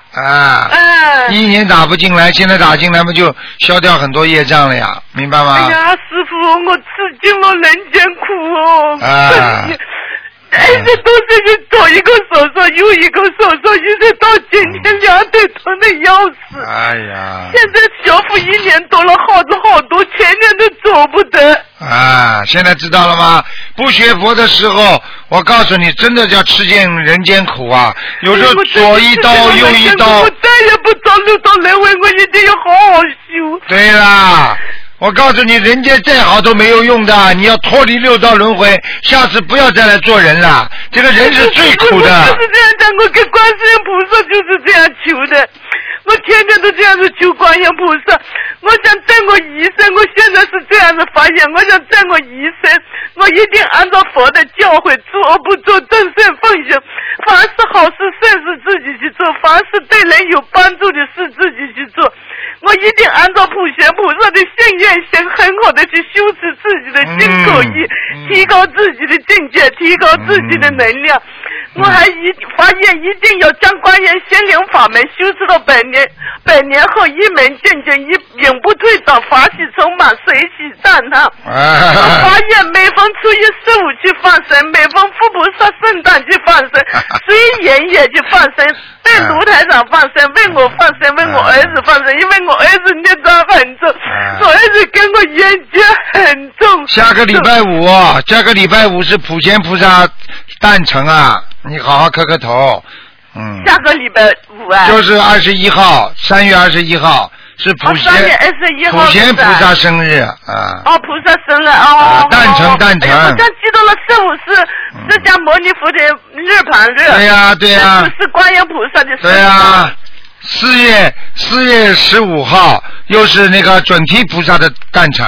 1年打不进来，现在打进来嘛，就消掉很多业障了呀，明白吗？ 哎呀，师傅，我吃尽了人间苦哦。这都是去左一个手术，右一个手术，一直到今天2腿疼的要死。 哎呀！ 现在修复1年多了，好多，前面都走不得。 现在知道了吗？不学佛的时候，我告诉你，真的叫吃尽人间苦啊！有时候左一刀，右一刀。 我再也不找六道轮回，我一定要好好修。 对啦。我告诉你，人间再好都没有用的，你要脱离6道轮回，下次不要再来做人了。这个人是最苦的。 我就是这样讲，我跟观世音菩萨就是这样求的，我天天都这样子求观音菩萨。我想在我一生，我现在是这样子发现，我想在我一生，我一定按照佛的教诲做，不做正善奉行，凡是好事善事自己去做，凡是对人有帮助的事自己去做。我一定按照普贤菩萨的信愿行，很好的去修持自己的心口意，提高自己的境界，提高自己的能量。我还发现一定要将观音心灵法门修持到100年后，一门渐渐，永不退转，法喜充满，随喜赞叹。我发现每逢初一15去放生，每逢佛菩萨圣诞去放生，随缘也去放生，对卢台长放生，为我放生，为我儿子放生，因为我儿子孽障很重，我儿子跟我冤结很重。 下个礼拜五是普贤菩萨诞辰啊，你好好磕头。 下个礼拜5啊。 就是21号，3月21号是普贤菩萨生日啊。 菩萨生日哦。 诞辰。 我刚记到了15是释迦牟尼佛的日盘日。 对呀。 是观音菩萨的生日。 对呀。4月15号又是那个准提菩萨的诞辰。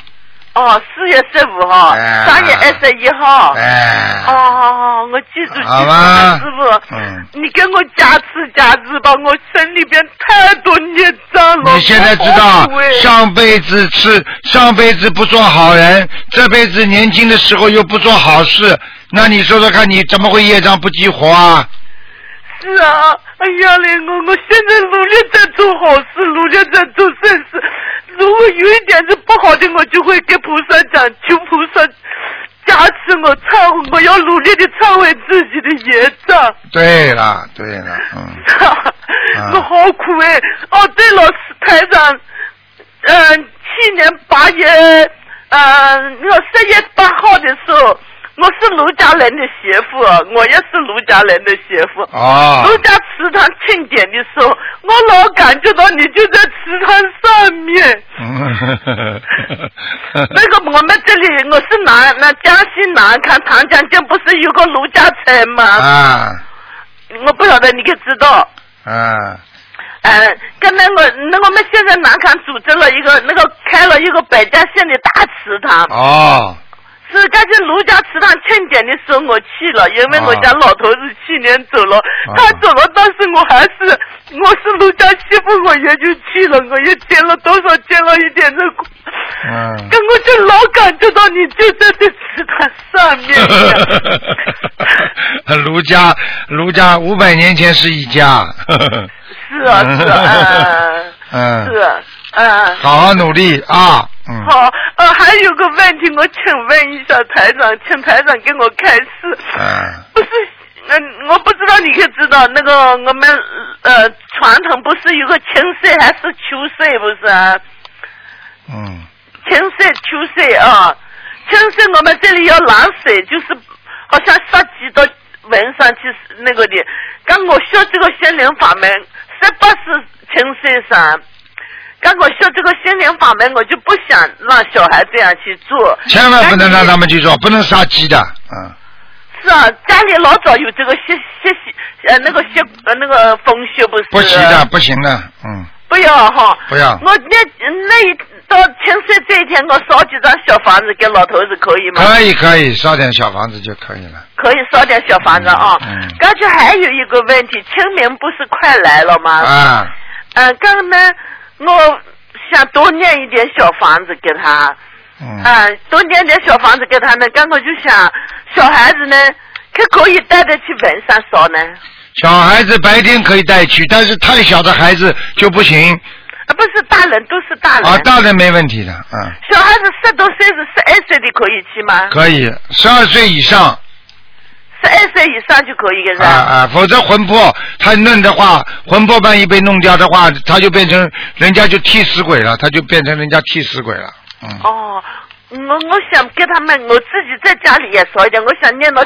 4月15号，3月21号。我记住好吧， 师傅，你给我加持吧，我身里边太多孽障了。 你现在知道，上辈子不做好人，这辈子年轻的时候又不做好事，那你说说看，你怎么会业障不激活啊？ 是啊，哎呀嘞，我现在努力在做好事，努力在做善事。如果有一点是不好的，我就会跟菩萨讲，求菩萨加持我忏悔，我要努力的忏悔自己的业障。 对了， 我好苦哎！对了，台长，去年8月10月8号的时候。我是卢家人的媳妇，我也是卢家人的媳妇。卢家祠堂庆典的时候，我老感觉到你就在祠堂上面。那个我们这里，我是江西南康唐江街，不是有个卢家村吗？我不晓得你可知道。跟那我们现在南康组织了一个开了一个百家县的大祠堂。 是，感觉陆家祠堂庆典的时候我去了，因为我家老头子去年走了，他走了，但是我是陆家媳妇，我也就去了，我也捐了多少，捐了一点这个。跟我就老感觉到你就在这祠堂上面。 卢家500年前是一家。 是啊，是好好努力啊。 好，还有个问题，我请问一下台长，请台长给我开示。不是，我不知道你可知道那个我们传统不是有个青色还是秋色不是啊？青色、秋色啊，青色我们这里要蓝色，就是好像杀鸡到纹上去那个的。刚我学这个心灵法门，18是青色上。刚我学这个心灵法门，我就不想让小孩这样去做。 千万不能让他们去做，不能杀鸡的。 是啊，家里老早有这个那个风穴不是？ 不行的，不行的， 不要哈。 不要。 我那到青色这一天，我烧几张小房子给老头子可以吗？ 可以，烧点小房子就可以了。 可以烧点小房子啊。刚才还有一个问题，清明不是快来了吗？刚呢。我想多念一点小房子给他，多念点小房子给他呢。刚我就想，小孩子呢，可以带着去文山烧呢。 小孩子白天可以带去，但是太小的孩子就不行。 不是大人，都是大人。 大人没问题的， 小孩子10多岁是12岁的可以去吗？ 可以，12岁以上。 12岁以上就可以是吧？ 否则魂魄太嫩的话，魂魄万一被弄掉的话，他就变成人家就替死鬼了，他就变成人家替死鬼了。 我想给他们，我自己在家里也烧一点，我想念到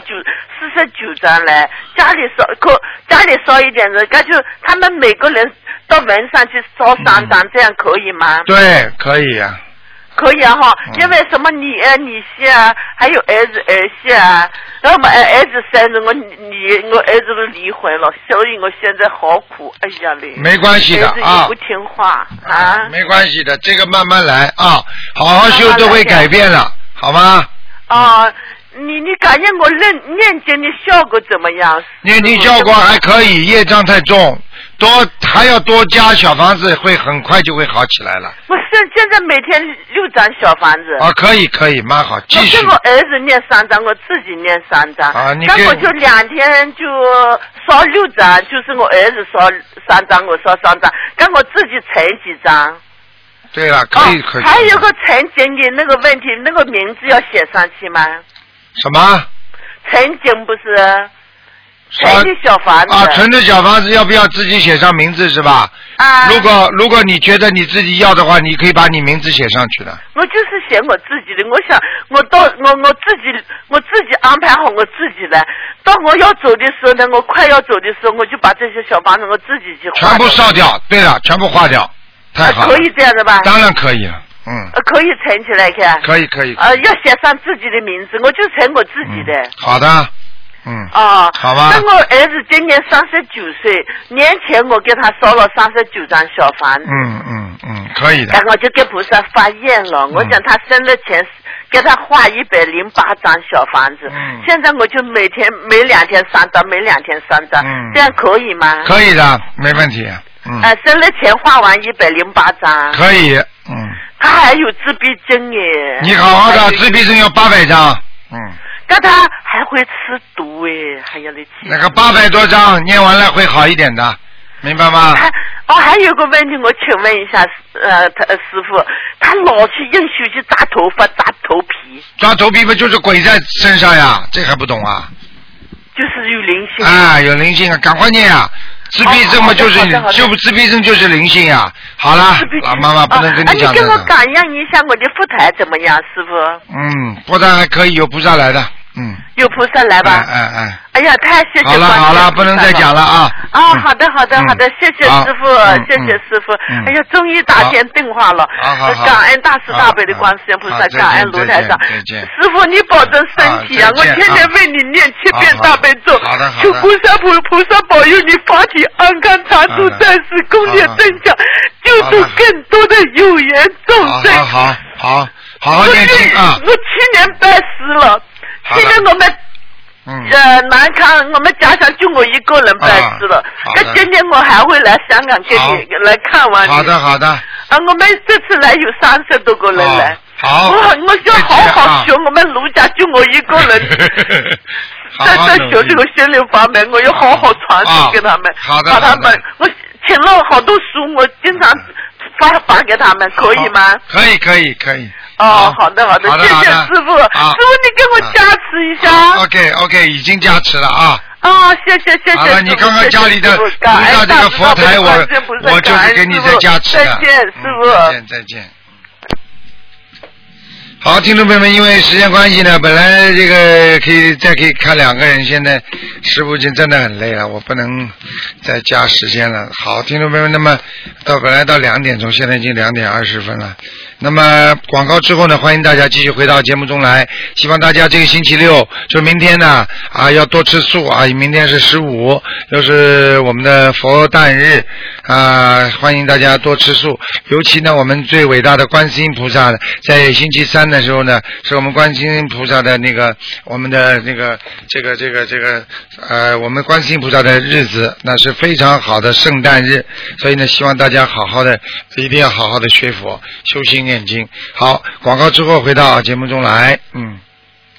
49章来，家里烧一点的，感觉他们每个人到门上去烧3章，这样可以吗？ 对，可以啊。 可以啊哈，因为什么女婿啊，还有儿媳啊，然后我儿子生日，我儿子都离婚了，所以我现在好苦，哎呀嘞。 没关系的儿子也不听话啊。 没关系的，这个慢慢来啊，好好修都会改变了，好吗？ 你感觉我念经的效果怎么样？ 念经效果还可以，业障太重，还要多加小房子，会很快就会好起来了。 我现在每天6张小房子。 可以，蛮好，继续。 我给我儿子念3张，我自己念3张。刚我就2天就烧6张，就是我儿子烧3张，我烧3张，刚我自己存几张。 对了，可以。 还有个存经的那个问题，那个名字要写上去吗？ 什么？ 存经不是？存的小房子。 存的小房子要不要自己写上名字是吧？如果你觉得你自己要的话，你可以把你名字写上去的。 我就是写我自己的，我想我自己安排好我自己的。到我要走的时候呢，我快要走的时候，我就把这些小房子我自己去全部烧掉。对了，全部化掉，太好了。 可以这样的吧？ 当然可以了。 可以存起来看。 可以。 要写上自己的名字，我就存我自己的。 好的。好吧。 那我儿子今年39岁，年前我给他烧了39张小房子。 可以的。 然后就给菩萨发愿了，我讲他生了钱，给他画108张小房子。现在我就每2天3张，每2天3张，这样可以吗？ 可以的，没问题。 生了钱画完108张。 可以。 他还有自闭症耶。 你好好的，自闭症要800张。 但他还会吃毒还要来气。 那个800多张念完了会好一点的，明白吗？ 还有个问题，我请问一下，师傅，他老去硬去扎头发、扎头皮。 扎头皮不就是鬼在身上呀？这还不懂啊？ 就是有灵性。 有灵性啊，赶快念啊！自闭症嘛，自闭症就是灵性呀。好了，老妈妈不能跟你讲。 你给我感应一下我的佛台怎么样，师傅？ 佛台还可以，有菩萨来的。 有菩萨来吧？哎呀，太谢谢。 好了，不能再讲了啊！ 好的，谢谢师傅，谢谢师傅。哎呀，终于打进电话了。感恩大慈大悲的观世音菩萨，感恩卢台长。师傅，你保重身体啊！我天天为你念7遍大悲咒，求菩萨保佑你法体安康，常驻在世，功德增强，救度更多的有缘众生。 好。 好好念经啊！ 我去年拜师了，现在我们南康我们家乡就我一个人拜师了。那今年我还会来香港给你来看望你。 好的好的。 我们这次来有30多个人来。 好。 我要好好学我们卢家就我一个人。在学这个心灵法门，我要好好传授给他们。 好的。 把他们，我请了好多书，我经常发给他们，可以吗？ 可以。 哦，好的，谢谢师傅。师傅，你给我加持一下。 OK， 已经加持了啊。 谢谢。 好了，你刚刚家里的菩萨这个佛台，我就是给你在加持的。 再见，师傅。 再见。好，听众朋友们，因为时间关系呢，本来这个可以看2个人，现在师傅已经真的很累了，我不能再加时间了。好，听众朋友们，那么本来到2点钟，现在已经2点20分了。那么广告之后呢，欢迎大家继续回到节目中来。希望大家这个星期六，就明天呢要多吃素啊，明天是15，又是我们的佛诞日欢迎大家多吃素。尤其呢，我们最伟大的观世音菩萨在星期3的时候呢，是我们观世音菩萨的我们的我们观世音菩萨的日子，那是非常好的圣诞日。所以呢，希望大家一定要好好的学佛修心念经。好，广告之后回到节目中来。